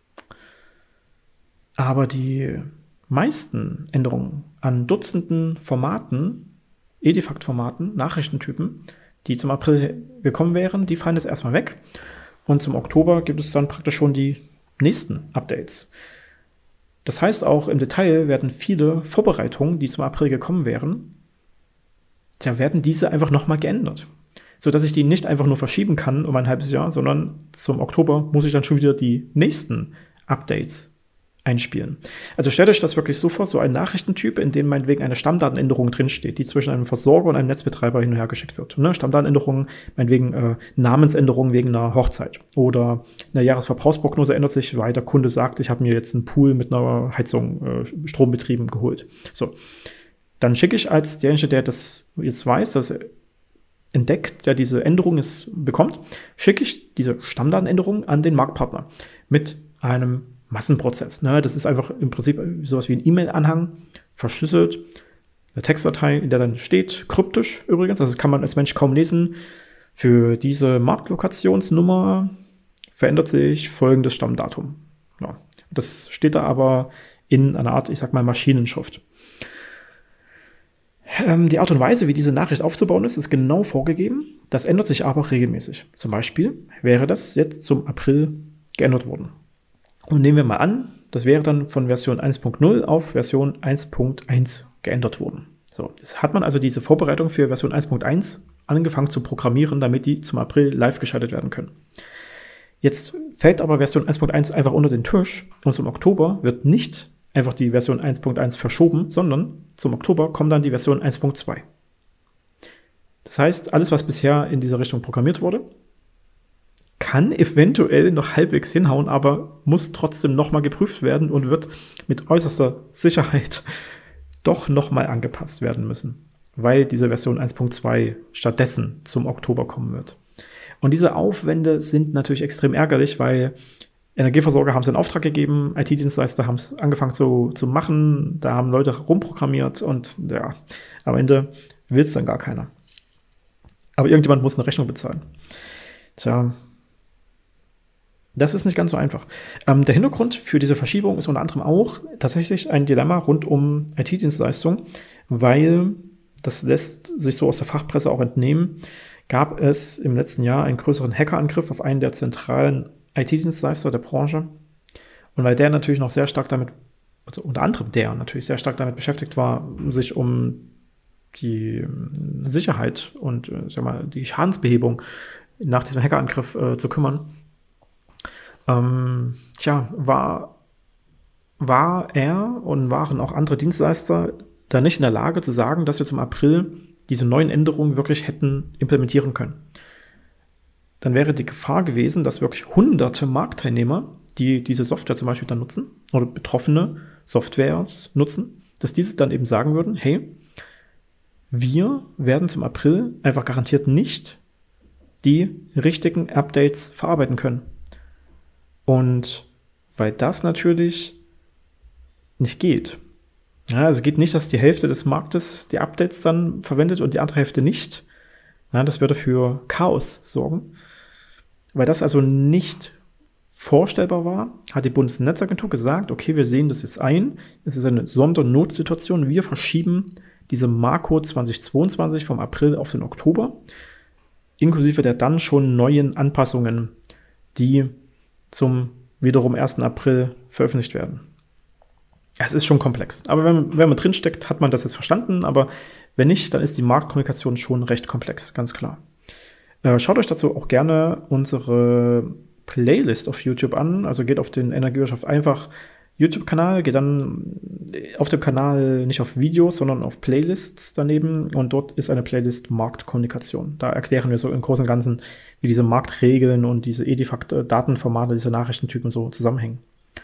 Aber die meisten Änderungen an Dutzenden Formaten, Edifact-Formaten, Nachrichtentypen, die zum April gekommen wären, die fallen jetzt erstmal weg. Und zum Oktober gibt es dann praktisch schon die nächsten Updates. Das heißt auch, im Detail werden viele Vorbereitungen, die zum April gekommen wären, da werden diese einfach nochmal geändert. Sodass ich die nicht einfach nur verschieben kann um ein halbes Jahr, sondern zum Oktober muss ich dann schon wieder die nächsten Updates einspielen. Also stellt euch das wirklich so vor, so ein Nachrichtentyp, in dem meinetwegen eine Stammdatenänderung drinsteht, die zwischen einem Versorger und einem Netzbetreiber hin und her geschickt wird. Ne? Stammdatenänderungen, meinetwegen äh, Namensänderungen wegen einer Hochzeit oder eine Jahresverbrauchsprognose ändert sich, weil der Kunde sagt, ich habe mir jetzt einen Pool mit einer Heizung, äh, Strombetrieben geholt. So, dann schicke ich als derjenige, der das jetzt weiß, dass er entdeckt, der diese Änderung jetzt bekommt, schicke ich diese Stammdatenänderung an den Marktpartner mit einem Massenprozess. Ne? Das ist einfach im Prinzip sowas wie ein E-Mail-Anhang, verschlüsselt, eine Textdatei, in der dann steht, kryptisch übrigens, also das kann man als Mensch kaum lesen. Für diese Marktlokationsnummer verändert sich folgendes Stammdatum. Ja. Das steht da aber in einer Art, ich sag mal, Maschinenschrift. Ähm, die Art und Weise, wie diese Nachricht aufzubauen ist, ist genau vorgegeben. Das ändert sich aber regelmäßig. Zum Beispiel wäre das jetzt zum April geändert worden. Und nehmen wir mal an, das wäre dann von Version eins Punkt null auf Version eins Punkt eins geändert worden. So, jetzt hat man also diese Vorbereitung für Version eins Punkt eins angefangen zu programmieren, damit die zum April live geschaltet werden können. Jetzt fällt aber Version eins Punkt eins einfach unter den Tisch und zum Oktober wird nicht einfach die Version eins Punkt eins verschoben, sondern zum Oktober kommt dann die Version eins Punkt zwei. Das heißt, alles, was bisher in dieser Richtung programmiert wurde, kann eventuell noch halbwegs hinhauen, aber muss trotzdem nochmal geprüft werden und wird mit äußerster Sicherheit doch nochmal angepasst werden müssen, weil diese Version eins Punkt zwei stattdessen zum Oktober kommen wird. Und diese Aufwände sind natürlich extrem ärgerlich, weil Energieversorger haben es in Auftrag gegeben, I T-Dienstleister haben es angefangen zu, zu machen, da haben Leute rumprogrammiert und ja, am Ende will es dann gar keiner. Aber irgendjemand muss eine Rechnung bezahlen. Tja, das ist nicht ganz so einfach. Ähm, der Hintergrund für diese Verschiebung ist unter anderem auch tatsächlich ein Dilemma rund um I T-Dienstleistungen, weil, das lässt sich so aus der Fachpresse auch entnehmen, gab es im letzten Jahr einen größeren Hackerangriff auf einen der zentralen I T-Dienstleister der Branche. Und weil der natürlich noch sehr stark damit, also unter anderem der natürlich sehr stark damit beschäftigt war, sich um die Sicherheit und äh, sag mal, die Schadensbehebung nach diesem Hackerangriff äh, zu kümmern, ähm, tja, war, war er und waren auch andere Dienstleister da nicht in der Lage zu sagen, dass wir zum April diese neuen Änderungen wirklich hätten implementieren können. Dann wäre die Gefahr gewesen, dass wirklich hunderte Marktteilnehmer, die diese Software zum Beispiel dann nutzen oder betroffene Softwares nutzen, dass diese dann eben sagen würden, hey, wir werden zum April einfach garantiert nicht die richtigen Updates verarbeiten können. Und weil das natürlich nicht geht. Ja, also es geht nicht, dass die Hälfte des Marktes die Updates dann verwendet und die andere Hälfte nicht. Ja, das würde für Chaos sorgen. Weil das also nicht vorstellbar war, hat die Bundesnetzagentur gesagt, okay, wir sehen das jetzt ein. Es ist eine Sondernotsituation. Wir verschieben diese Marco zwanzig zweiundzwanzig vom April auf den Oktober, inklusive der dann schon neuen Anpassungen, die zum wiederum ersten April veröffentlicht werden. Es ist schon komplex. Aber wenn, wenn man drinsteckt, hat man das jetzt verstanden. Aber wenn nicht, dann ist die Marktkommunikation schon recht komplex, ganz klar. Äh, schaut euch dazu auch gerne unsere Playlist auf YouTube an. Also geht auf den Energiewirtschaft einfach YouTube-Kanal, geht dann auf dem Kanal nicht auf Videos, sondern auf Playlists daneben. Und dort ist eine Playlist Marktkommunikation. Da erklären wir so im Großen und Ganzen, wie diese Marktregeln und diese Edifact-Datenformate, diese Nachrichtentypen so zusammenhängen.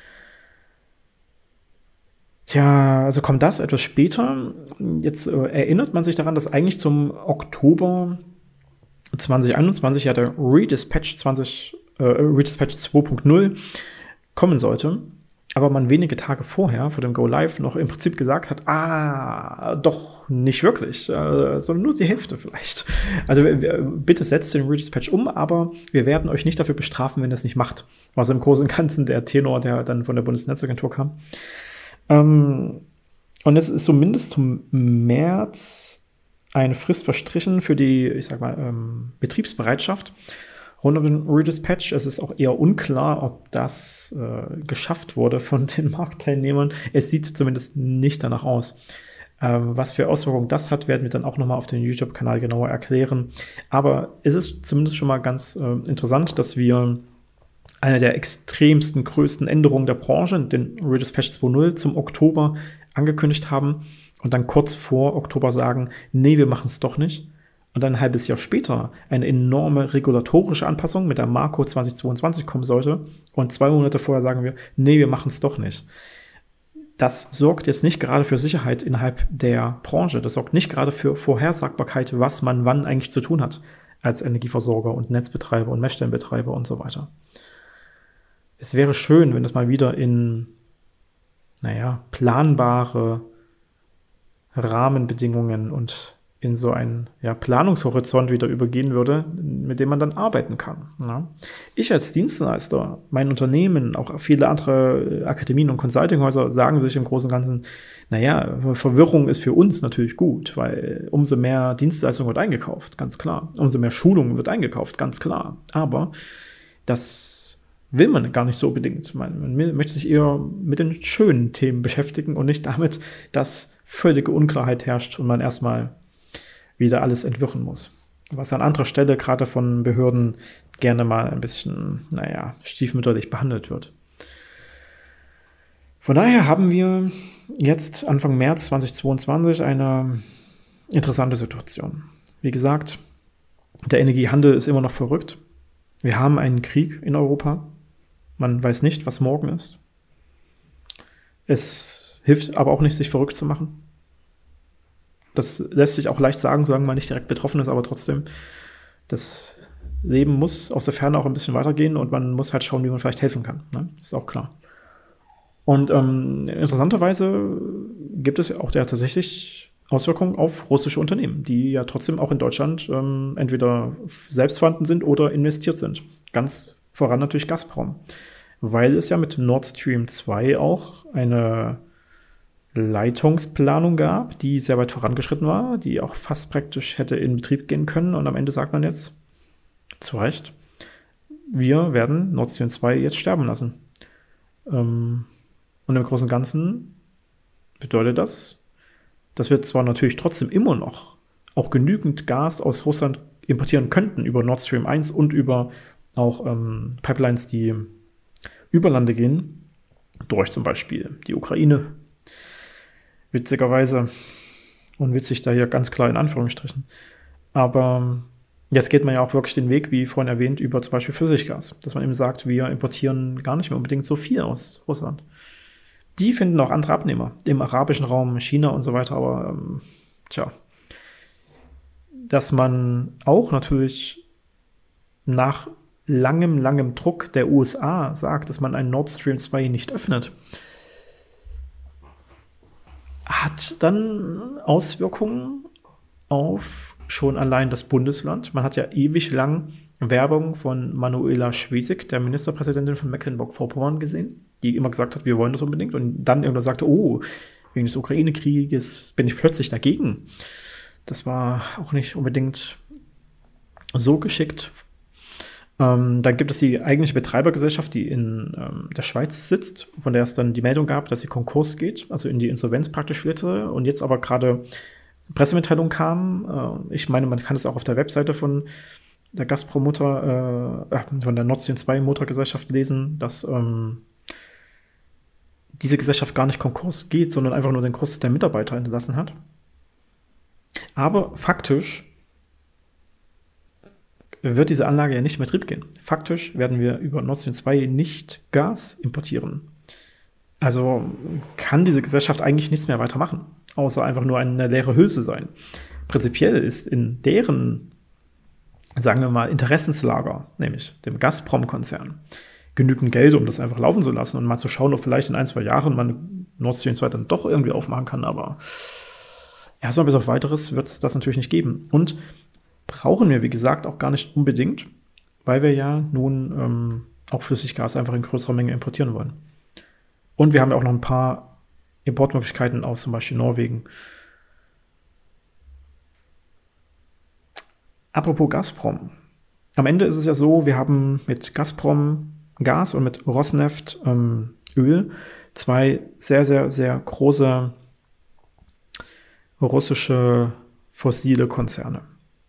Ja, also kommt das etwas später. Jetzt äh, erinnert man sich daran, dass eigentlich zum Oktober zwanzig einundzwanzig ja der Redispatch, zwanzig, äh, Redispatch zwei Punkt null kommen sollte. Aber man wenige Tage vorher, vor dem Go Live, noch im Prinzip gesagt hat, ah, doch nicht wirklich, äh, sondern nur die Hälfte vielleicht. Also wir, bitte setzt den Redispatch um, aber wir werden euch nicht dafür bestrafen, wenn ihr es nicht macht. Also im Großen und Ganzen der Tenor, der dann von der Bundesnetzagentur kam. Ähm, und es ist zumindest zum März eine Frist verstrichen für die, ich sag mal, ähm, Betriebsbereitschaft rund um den Redispatch. Es ist auch eher unklar, ob das äh, geschafft wurde von den Marktteilnehmern. Es sieht zumindest nicht danach aus. Ähm, was für Auswirkungen das hat, werden wir dann auch nochmal auf dem YouTube-Kanal genauer erklären. Aber es ist zumindest schon mal ganz äh, interessant, dass wir eine der extremsten, größten Änderungen der Branche, den Redispatch zwei Punkt null, zum Oktober angekündigt haben und dann kurz vor Oktober sagen, nee, wir machen es doch nicht. Und dann ein halbes Jahr später eine enorme regulatorische Anpassung mit der Marco zwanzig zweiundzwanzig kommen sollte. Und zwei Monate vorher sagen wir, nee, wir machen es doch nicht. Das sorgt jetzt nicht gerade für Sicherheit innerhalb der Branche. Das sorgt nicht gerade für Vorhersagbarkeit, was man wann eigentlich zu tun hat als Energieversorger und Netzbetreiber und Messstellenbetreiber und so weiter. Es wäre schön, wenn das mal wieder in, naja, planbare Rahmenbedingungen und in so einen ja, Planungshorizont wieder übergehen würde, mit dem man dann arbeiten kann. Ja. Ich als Dienstleister, mein Unternehmen, auch viele andere Akademien und Consultinghäuser sagen sich im Großen und Ganzen, naja, Verwirrung ist für uns natürlich gut, weil umso mehr Dienstleistung wird eingekauft, ganz klar. Umso mehr Schulung wird eingekauft, ganz klar. Aber das will man gar nicht so unbedingt. Man, man möchte sich eher mit den schönen Themen beschäftigen und nicht damit, dass völlige Unklarheit herrscht und man erstmal wieder alles entwirren muss. Was an anderer Stelle gerade von Behörden gerne mal ein bisschen, naja, stiefmütterlich behandelt wird. Von daher haben wir jetzt Anfang März zwanzig zweiundzwanzig eine interessante Situation. Wie gesagt, der Energiehandel ist immer noch verrückt. Wir haben einen Krieg in Europa. Man weiß nicht, was morgen ist. Es hilft aber auch nicht, sich verrückt zu machen. Das lässt sich auch leicht sagen, solange man nicht direkt betroffen ist, aber trotzdem, das Leben muss aus der Ferne auch ein bisschen weitergehen und man muss halt schauen, wie man vielleicht helfen kann. Ne? Das ist auch klar. Und ähm, interessanterweise gibt es ja auch ja tatsächlich Auswirkungen auf russische Unternehmen, die ja trotzdem auch in Deutschland ähm, entweder selbst vorhanden sind oder investiert sind. Ganz voran natürlich Gazprom, weil es ja mit Nord Stream zwei auch eine Leitungsplanung gab, die sehr weit vorangeschritten war, die auch fast praktisch hätte in Betrieb gehen können. Und am Ende sagt man jetzt, zu Recht, wir werden Nord Stream zwei jetzt sterben lassen. Ähm, und im Großen und Ganzen bedeutet das, dass wir zwar natürlich trotzdem immer noch auch genügend Gas aus Russland importieren könnten über Nord Stream eins und über auch ähm, Pipelines, die über Lande gehen, durch zum Beispiel die Ukraine. Witzigerweise, und witzig da hier ganz klar in Anführungsstrichen. Aber jetzt geht man ja auch wirklich den Weg, wie vorhin erwähnt, über zum Beispiel Flüssiggas. Dass man eben sagt, wir importieren gar nicht mehr unbedingt so viel aus Russland. Die finden auch andere Abnehmer im arabischen Raum, China und so weiter. Aber ähm, tja, dass man auch natürlich nach langem, langem Druck der U S A sagt, dass man einen Nord Stream zwei nicht öffnet, hat dann Auswirkungen auf schon allein das Bundesland. Man hat ja ewig lang Werbung von Manuela Schwesig, der Ministerpräsidentin von Mecklenburg-Vorpommern, gesehen, die immer gesagt hat, wir wollen das unbedingt. Und dann irgendwann sagte, oh, wegen des Ukraine-Krieges bin ich plötzlich dagegen. Das war auch nicht unbedingt so geschickt. Ähm, dann gibt es die eigentliche Betreibergesellschaft, die in ähm, der Schweiz sitzt, von der es dann die Meldung gab, dass sie Konkurs geht, also in die Insolvenz praktisch schlitterte und jetzt aber gerade Pressemitteilung kam. Äh, ich meine, man kann es auch auf der Webseite von der Gazprom-Mutter, äh, von der Nord Stream zwei Motorgesellschaft lesen, dass ähm, diese Gesellschaft gar nicht Konkurs geht, sondern einfach nur den Großteil der Mitarbeiter hinterlassen hat. Aber faktisch wird diese Anlage ja nicht in Betrieb gehen. Faktisch werden wir über Nord Stream zwei nicht Gas importieren. Also kann diese Gesellschaft eigentlich nichts mehr weitermachen, außer einfach nur eine leere Hülse sein. Prinzipiell ist in deren, sagen wir mal, Interessenslager, nämlich dem Gazprom-Konzern, genügend Geld, um das einfach laufen zu lassen und mal zu schauen, ob vielleicht in ein, zwei Jahren man Nord Stream zwei dann doch irgendwie aufmachen kann. Aber erstmal bis auf Weiteres wird es das natürlich nicht geben. Und brauchen wir, wie gesagt, auch gar nicht unbedingt, weil wir ja nun ähm, auch Flüssiggas einfach in größerer Menge importieren wollen. Und wir haben ja auch noch ein paar Importmöglichkeiten aus zum Beispiel Norwegen. Apropos Gazprom. Am Ende ist es ja so, wir haben mit Gazprom Gas und mit Rosneft ähm, Öl zwei sehr, sehr, sehr große russische fossile Konzerne.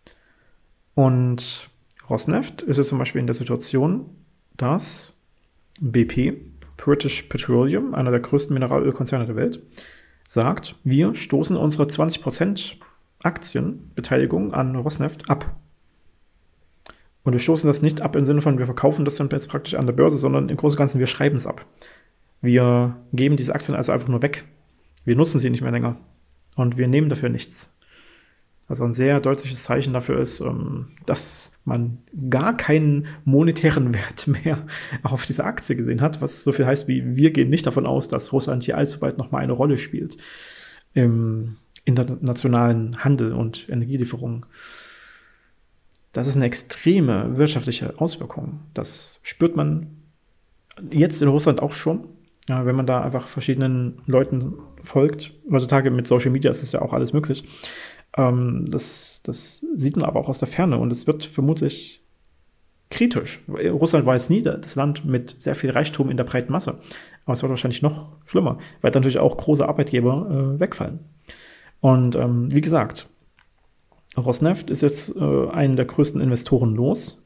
Und Rosneft ist jetzt zum Beispiel in der Situation, dass B P, British Petroleum, einer der größten Mineralölkonzerne der Welt, sagt, wir stoßen unsere zwanzig Prozent Aktienbeteiligung an Rosneft ab. Und wir stoßen das nicht ab im Sinne von, wir verkaufen das dann jetzt praktisch an der Börse, sondern im Großen und Ganzen, wir schreiben es ab. Wir geben diese Aktien also einfach nur weg. Wir nutzen sie nicht mehr länger. Und wir nehmen dafür nichts. Also ein sehr deutliches Zeichen dafür ist, dass man gar keinen monetären Wert mehr auf diese Aktie gesehen hat, was so viel heißt wie, wir gehen nicht davon aus, dass Russland hier allzu bald nochmal eine Rolle spielt im internationalen Handel und Energielieferungen. Das ist eine extreme wirtschaftliche Auswirkung. Das spürt man jetzt in Russland auch schon, ja, wenn man da einfach verschiedenen Leuten folgt. Heutzutage mit Social Media ist das ja auch alles möglich. Ähm, das, das sieht man aber auch aus der Ferne und es wird vermutlich kritisch. Russland war jetzt nie das Land mit sehr viel Reichtum in der breiten Masse, aber es wird wahrscheinlich noch schlimmer, weil dann natürlich auch große Arbeitgeber äh, wegfallen. Und ähm, wie gesagt, Rosneft ist jetzt äh, einen der größten Investoren los.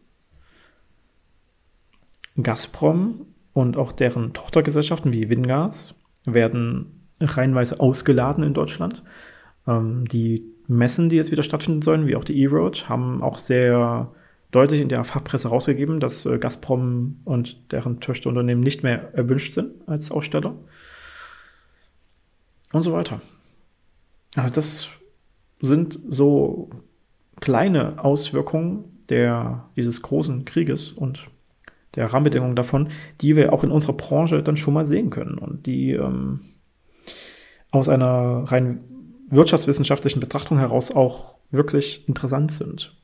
Gazprom und auch deren Tochtergesellschaften wie Wingas werden reihenweise ausgeladen in Deutschland. Ähm, die Messen, die jetzt wieder stattfinden sollen, wie auch die E-Road, haben auch sehr deutlich in der Fachpresse rausgegeben, dass äh, Gazprom und deren Töchterunternehmen nicht mehr erwünscht sind als Aussteller. Und so weiter. Also das sind so kleine Auswirkungen der, dieses großen Krieges und der Rahmenbedingungen davon, die wir auch in unserer Branche dann schon mal sehen können und die ähm, aus einer rein wirtschaftswissenschaftlichen Betrachtung heraus auch wirklich interessant sind.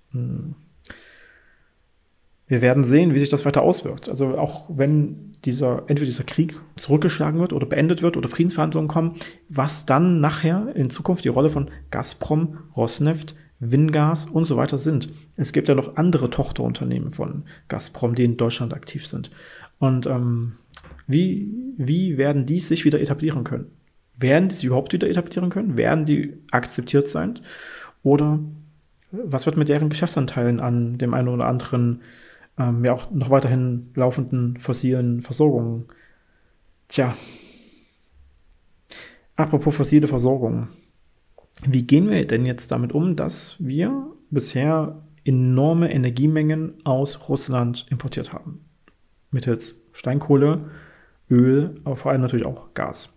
Wir werden sehen, wie sich das weiter auswirkt. Also auch wenn dieser, entweder dieser Krieg zurückgeschlagen wird oder beendet wird oder Friedensverhandlungen kommen, was dann nachher in Zukunft die Rolle von Gazprom, Rosneft, Wingas und so weiter sind. Es gibt ja noch andere Tochterunternehmen von Gazprom, die in Deutschland aktiv sind. Und ähm, wie, wie werden die sich wieder etablieren können? Werden die sich überhaupt wieder etablieren können? Werden die akzeptiert sein? Oder was wird mit deren Geschäftsanteilen an dem einen oder anderen, ähm, ja auch noch weiterhin laufenden fossilen Versorgungen? Tja, apropos fossile Versorgung. Wie gehen wir denn jetzt damit um, dass wir bisher enorme Energiemengen aus Russland importiert haben? Mittels Steinkohle, Öl, aber vor allem natürlich auch Gas.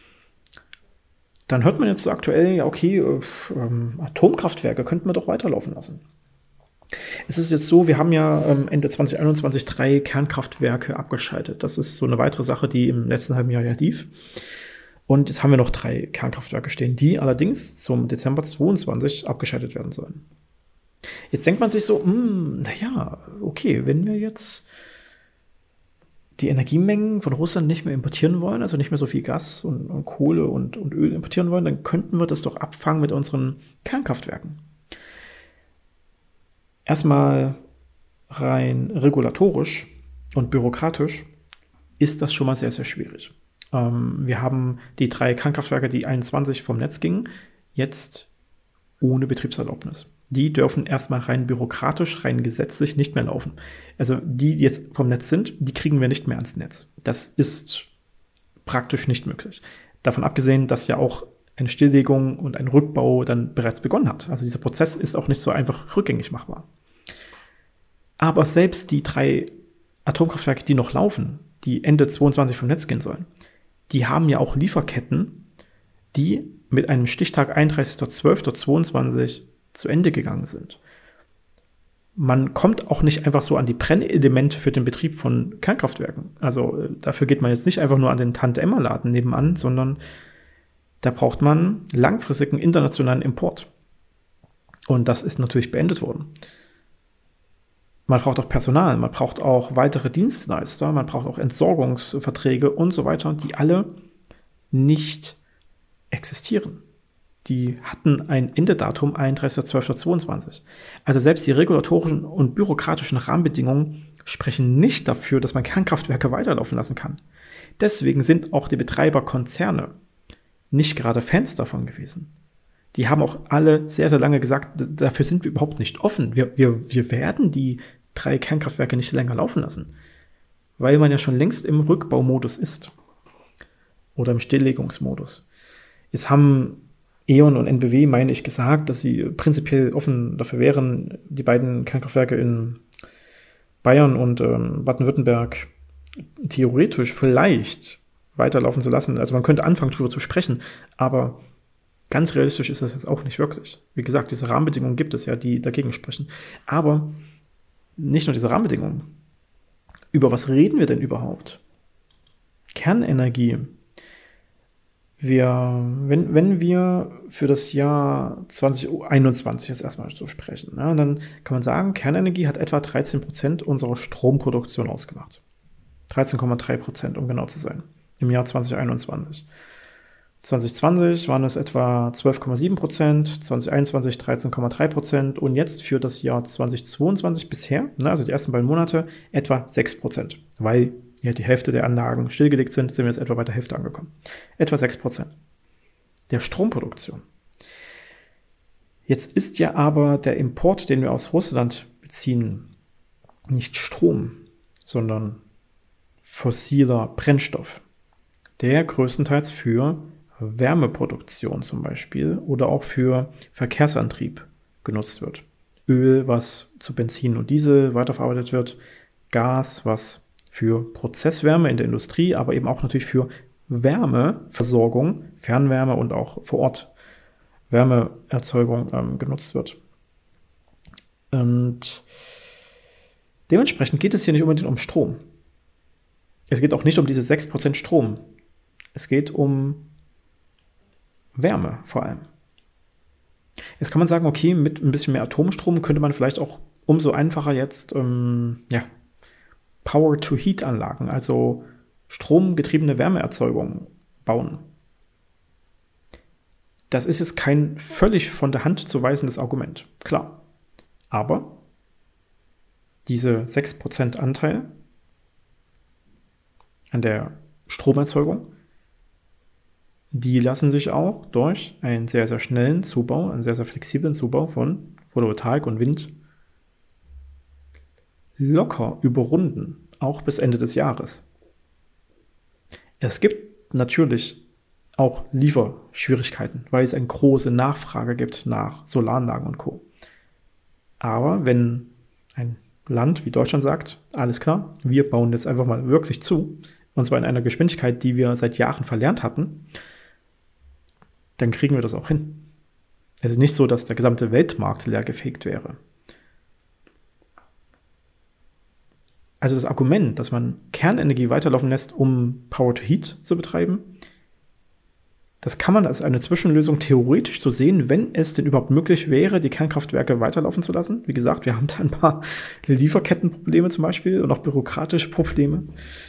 Dann hört man jetzt so aktuell, ja okay, äh, ähm, Atomkraftwerke könnten wir doch weiterlaufen lassen. Es ist jetzt so, wir haben ja ähm, Ende zwanzig einundzwanzig drei Kernkraftwerke abgeschaltet. Das ist so eine weitere Sache, die im letzten halben Jahr ja lief. Und jetzt haben wir noch drei Kernkraftwerke stehen, die allerdings zum Dezember zweiundzwanzig abgeschaltet werden sollen. Jetzt denkt man sich so, naja, okay, wenn wir jetzt die Energiemengen von Russland nicht mehr importieren wollen, also nicht mehr so viel Gas und, und Kohle und, und Öl importieren wollen, dann könnten wir das doch abfangen mit unseren Kernkraftwerken. Erstmal rein regulatorisch und bürokratisch ist das schon mal sehr, sehr schwierig. Ähm, wir haben die drei Kernkraftwerke, die einundzwanzig vom Netz gingen, jetzt ohne Betriebserlaubnis. Die dürfen erstmal rein bürokratisch, rein gesetzlich nicht mehr laufen. Also die, die jetzt vom Netz sind, die kriegen wir nicht mehr ans Netz. Das ist praktisch nicht möglich. Davon abgesehen, dass ja auch eine Stilllegung und ein Rückbau dann bereits begonnen hat. Also dieser Prozess ist auch nicht so einfach rückgängig machbar. Aber selbst die drei Atomkraftwerke, die noch laufen, die Ende zweiundzwanzig vom Netz gehen sollen, die haben ja auch Lieferketten, die mit einem Stichtag einunddreißigster zwölfter zweiundzwanzig zu Ende gegangen sind. Man kommt auch nicht einfach so an die Brennelemente für den Betrieb von Kernkraftwerken. Also dafür geht man jetzt nicht einfach nur an den Tante-Emma-Laden nebenan, sondern da braucht man langfristigen internationalen Import. Und das ist natürlich beendet worden. Man braucht auch Personal, man braucht auch weitere Dienstleister, man braucht auch Entsorgungsverträge und so weiter, die alle nicht existieren. Die hatten ein Endedatum einunddreißigster zwölfter zweiundzwanzig. Also selbst die regulatorischen und bürokratischen Rahmenbedingungen sprechen nicht dafür, dass man Kernkraftwerke weiterlaufen lassen kann. Deswegen sind auch die Betreiberkonzerne nicht gerade Fans davon gewesen. Die haben auch alle sehr, sehr lange gesagt, dafür sind wir überhaupt nicht offen. Wir, wir, wir werden die drei Kernkraftwerke nicht länger laufen lassen, weil man ja schon längst im Rückbaumodus ist oder im Stilllegungsmodus. Jetzt haben E.ON und N B W, meine ich, gesagt, dass sie prinzipiell offen dafür wären, die beiden Kernkraftwerke in Bayern und ähm, Baden-Württemberg theoretisch vielleicht weiterlaufen zu lassen. Also man könnte anfangen, darüber zu sprechen, aber ganz realistisch ist das jetzt auch nicht wirklich. Wie gesagt, diese Rahmenbedingungen gibt es ja, die dagegen sprechen. Aber nicht nur diese Rahmenbedingungen. Über was reden wir denn überhaupt? Kernenergie. Wir, wenn, wenn wir für das Jahr zwanzig einundzwanzig jetzt erstmal so sprechen, ja, dann kann man sagen, Kernenergie hat etwa dreizehn Prozent unserer Stromproduktion ausgemacht. dreizehn Komma drei Prozent, um genau zu sein, im Jahr zwanzig einundzwanzig. zwanzig zwanzig waren es etwa zwölf Komma sieben Prozent, zwanzig einundzwanzig dreizehn Komma drei Prozent und jetzt für das Jahr zwanzig zweiundzwanzig bisher, ne, also die ersten beiden Monate, etwa sechs Prozent, weil ja die Hälfte der Anlagen stillgelegt sind, sind wir jetzt etwa bei der Hälfte angekommen. Etwa sechs Prozent der Stromproduktion. Jetzt ist ja aber der Import, den wir aus Russland beziehen, nicht Strom, sondern fossiler Brennstoff, der größtenteils für Wärmeproduktion zum Beispiel oder auch für Verkehrsantrieb genutzt wird. Öl, was zu Benzin und Diesel weiterverarbeitet wird, Gas, was für Prozesswärme in der Industrie, aber eben auch natürlich für Wärmeversorgung, Fernwärme und auch vor Ort Wärmeerzeugung ähm, genutzt wird. Und dementsprechend geht es hier nicht unbedingt um Strom. Es geht auch nicht um diese sechs Prozent Strom. Es geht um Wärme vor allem. Jetzt kann man sagen, okay, mit ein bisschen mehr Atomstrom könnte man vielleicht auch umso einfacher jetzt ähm, ja, Power-to-Heat-Anlagen, also stromgetriebene Wärmeerzeugung bauen. Das ist jetzt kein völlig von der Hand zu weisendes Argument, klar. Aber diese sechs Prozent Anteil an der Stromerzeugung, die lassen sich auch durch einen sehr, sehr schnellen Zubau, einen sehr, sehr flexiblen Zubau von Photovoltaik und Wind locker überrunden, auch bis Ende des Jahres. Es gibt natürlich auch Lieferschwierigkeiten, weil es eine große Nachfrage gibt nach Solaranlagen und Co. Aber wenn ein Land wie Deutschland sagt, alles klar, wir bauen jetzt einfach mal wirklich zu, und zwar in einer Geschwindigkeit, die wir seit Jahren verlernt hatten, dann kriegen wir das auch hin. Es ist nicht so, dass der gesamte Weltmarkt leer gefegt wäre. Also das Argument, dass man Kernenergie weiterlaufen lässt, um Power-to-Heat zu betreiben, das kann man als eine Zwischenlösung theoretisch so sehen, wenn es denn überhaupt möglich wäre, die Kernkraftwerke weiterlaufen zu lassen. Wie gesagt, wir haben da ein paar Lieferkettenprobleme zum Beispiel und auch bürokratische Probleme.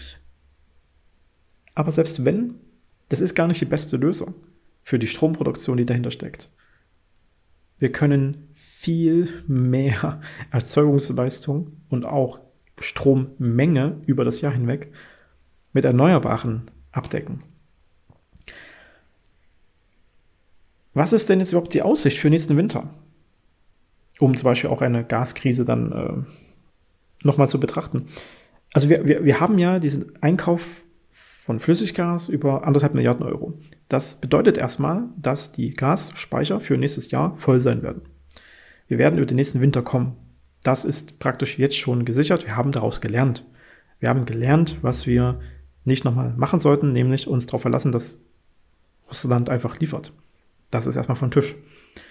Aber selbst wenn, das ist gar nicht die beste Lösung für die Stromproduktion, die dahinter steckt. Wir können viel mehr Erzeugungsleistung und auch Strommenge über das Jahr hinweg mit Erneuerbaren abdecken. Was ist denn jetzt überhaupt die Aussicht für nächsten Winter? Um zum Beispiel auch eine Gaskrise dann äh, nochmal zu betrachten. Also wir, wir, wir haben ja diesen Einkauf von Flüssiggas über anderthalb Milliarden Euro. Das bedeutet erstmal, dass die Gasspeicher für nächstes Jahr voll sein werden. Wir werden über den nächsten Winter kommen. Das ist praktisch jetzt schon gesichert. Wir haben daraus gelernt. Wir haben gelernt, was wir nicht nochmal machen sollten, nämlich uns darauf verlassen, dass Russland einfach liefert. Das ist erstmal vom Tisch.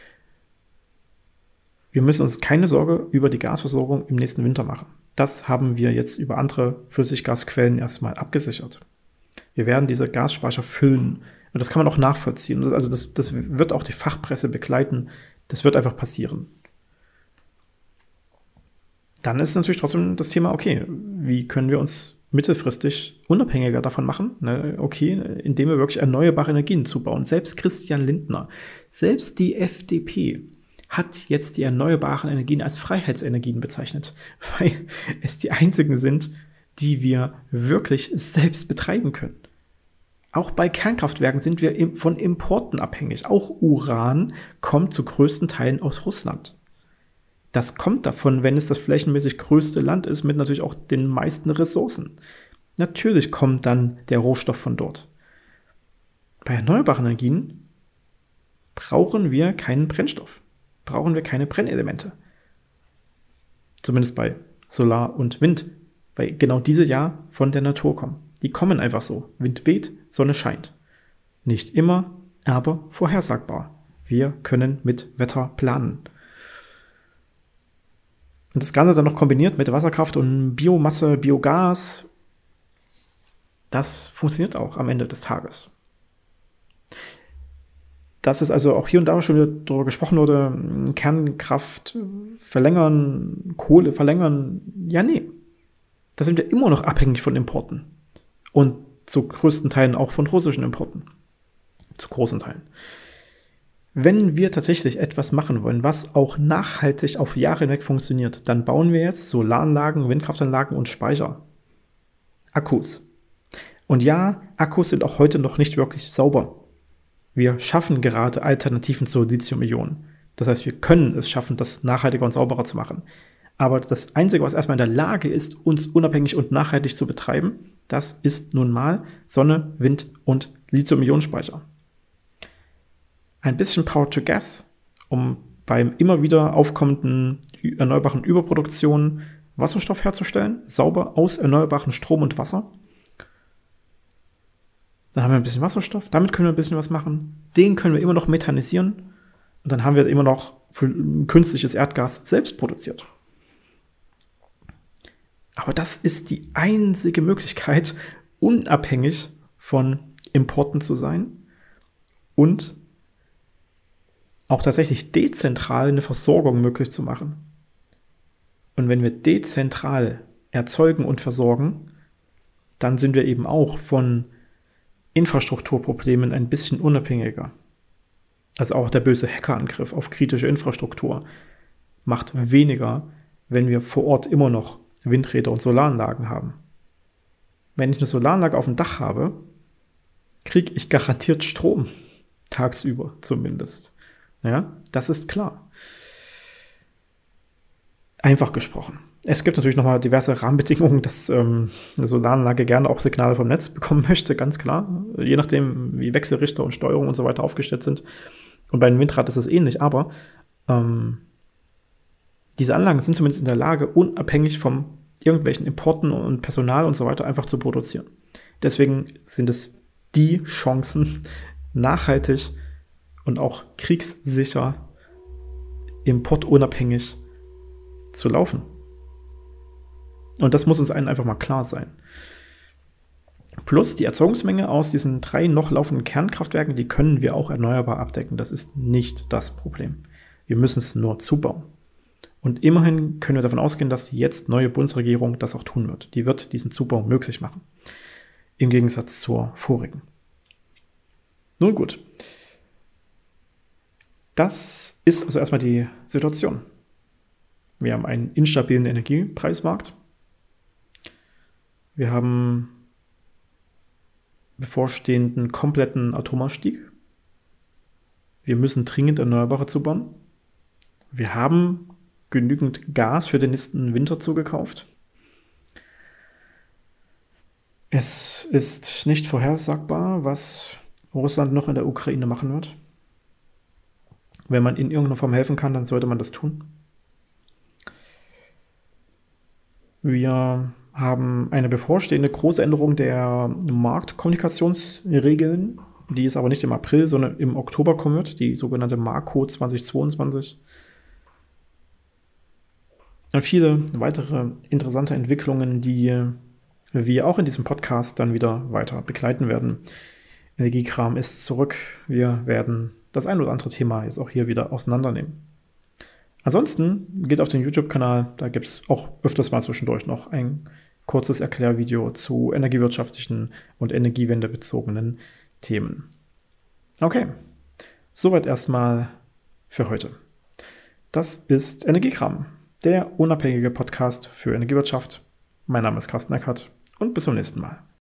Wir müssen uns keine Sorge über die Gasversorgung im nächsten Winter machen. Das haben wir jetzt über andere Flüssiggasquellen erstmal abgesichert. Wir werden diese Gasspeicher füllen. Und das kann man auch nachvollziehen. Also das, das wird auch die Fachpresse begleiten. Das wird einfach passieren. Dann ist natürlich trotzdem das Thema, okay, wie können wir uns mittelfristig unabhängiger davon machen? Ne? Okay, indem wir wirklich erneuerbare Energien zubauen. Selbst Christian Lindner, selbst die F D P hat jetzt die erneuerbaren Energien als Freiheitsenergien bezeichnet, weil es die einzigen sind, die wir wirklich selbst betreiben können. Auch bei Kernkraftwerken sind wir von Importen abhängig. Auch Uran kommt zu größten Teilen aus Russland. Das kommt davon, wenn es das flächenmäßig größte Land ist, mit natürlich auch den meisten Ressourcen. Natürlich kommt dann der Rohstoff von dort. Bei erneuerbaren Energien brauchen wir keinen Brennstoff, brauchen wir keine Brennelemente. Zumindest bei Solar und Wind, weil genau diese ja von der Natur kommen. Die kommen einfach so. Wind weht, Sonne scheint. Nicht immer, aber vorhersagbar. Wir können mit Wetter planen. Und das Ganze dann noch kombiniert mit Wasserkraft und Biomasse, Biogas, das funktioniert auch am Ende des Tages. Dass es also auch hier und da schon wieder darüber gesprochen wurde, Kernkraft verlängern, Kohle verlängern, ja nee. Da sind wir immer noch abhängig von Importen. Und zu größten Teilen auch von russischen Importen. Zu großen Teilen. Wenn wir tatsächlich etwas machen wollen, was auch nachhaltig auf Jahre hinweg funktioniert, dann bauen wir jetzt Solaranlagen, Windkraftanlagen und Speicher. Akkus. Und ja, Akkus sind auch heute noch nicht wirklich sauber. Wir schaffen gerade Alternativen zu Lithium-Ionen. Das heißt, wir können es schaffen, das nachhaltiger und sauberer zu machen. Aber das Einzige, was erstmal in der Lage ist, uns unabhängig und nachhaltig zu betreiben, das ist nun mal Sonne, Wind und Lithium-Ionen-Speicher. Ein bisschen Power to Gas, um beim immer wieder aufkommenden erneuerbaren Überproduktion Wasserstoff herzustellen, sauber aus erneuerbaren Strom und Wasser. Dann haben wir ein bisschen Wasserstoff, damit können wir ein bisschen was machen. Den können wir immer noch methanisieren und dann haben wir immer noch künstliches Erdgas selbst produziert. Aber das ist die einzige Möglichkeit, unabhängig von Importen zu sein und auch tatsächlich dezentral eine Versorgung möglich zu machen. Und wenn wir dezentral erzeugen und versorgen, dann sind wir eben auch von Infrastrukturproblemen ein bisschen unabhängiger. Also auch der böse Hackerangriff auf kritische Infrastruktur macht weniger, wenn wir vor Ort immer noch Windräder und Solaranlagen haben. Wenn ich eine Solaranlage auf dem Dach habe, kriege ich garantiert Strom, tagsüber zumindest. Ja, das ist klar. Einfach gesprochen. Es gibt natürlich nochmal diverse Rahmenbedingungen, dass ähm, eine Solaranlage gerne auch Signale vom Netz bekommen möchte, ganz klar. Je nachdem, wie Wechselrichter und Steuerung und so weiter aufgestellt sind. Und bei einem Windrad ist es ähnlich, aber ähm, diese Anlagen sind zumindest in der Lage, unabhängig von irgendwelchen Importen und Personal und so weiter einfach zu produzieren. Deswegen sind es die Chancen, nachhaltig und auch kriegssicher, importunabhängig zu laufen. Und das muss uns allen einfach mal klar sein. Plus die Erzeugungsmenge aus diesen drei noch laufenden Kernkraftwerken, die können wir auch erneuerbar abdecken. Das ist nicht das Problem. Wir müssen es nur zubauen. Und immerhin können wir davon ausgehen, dass die jetzt neue Bundesregierung das auch tun wird. Die wird diesen Zubau möglich machen. Im Gegensatz zur vorigen. Nun gut. Das ist also erstmal die Situation. Wir haben einen instabilen Energiepreismarkt. Wir haben bevorstehenden kompletten Atomausstieg. Wir müssen dringend Erneuerbare zubauen. Wir haben genügend Gas für den nächsten Winter zugekauft. Es ist nicht vorhersagbar, was Russland noch in der Ukraine machen wird. Wenn man in irgendeiner Form helfen kann, dann sollte man das tun. Wir haben eine bevorstehende große Änderung der Marktkommunikationsregeln. Die ist aber nicht im April, sondern im Oktober kommen wird, die sogenannte Marco zwanzig zweiundzwanzig. Und viele weitere interessante Entwicklungen, die wir auch in diesem Podcast dann wieder weiter begleiten werden. Energiekram ist zurück. Wir werden das ein oder andere Thema jetzt auch hier wieder auseinandernehmen. Ansonsten geht auf den YouTube-Kanal, da gibt es auch öfters mal zwischendurch noch ein kurzes Erklärvideo zu energiewirtschaftlichen und energiewendebezogenen Themen. Okay, soweit erstmal für heute. Das ist Energiekram, der unabhängige Podcast für Energiewirtschaft. Mein Name ist Carsten Eckert und bis zum nächsten Mal.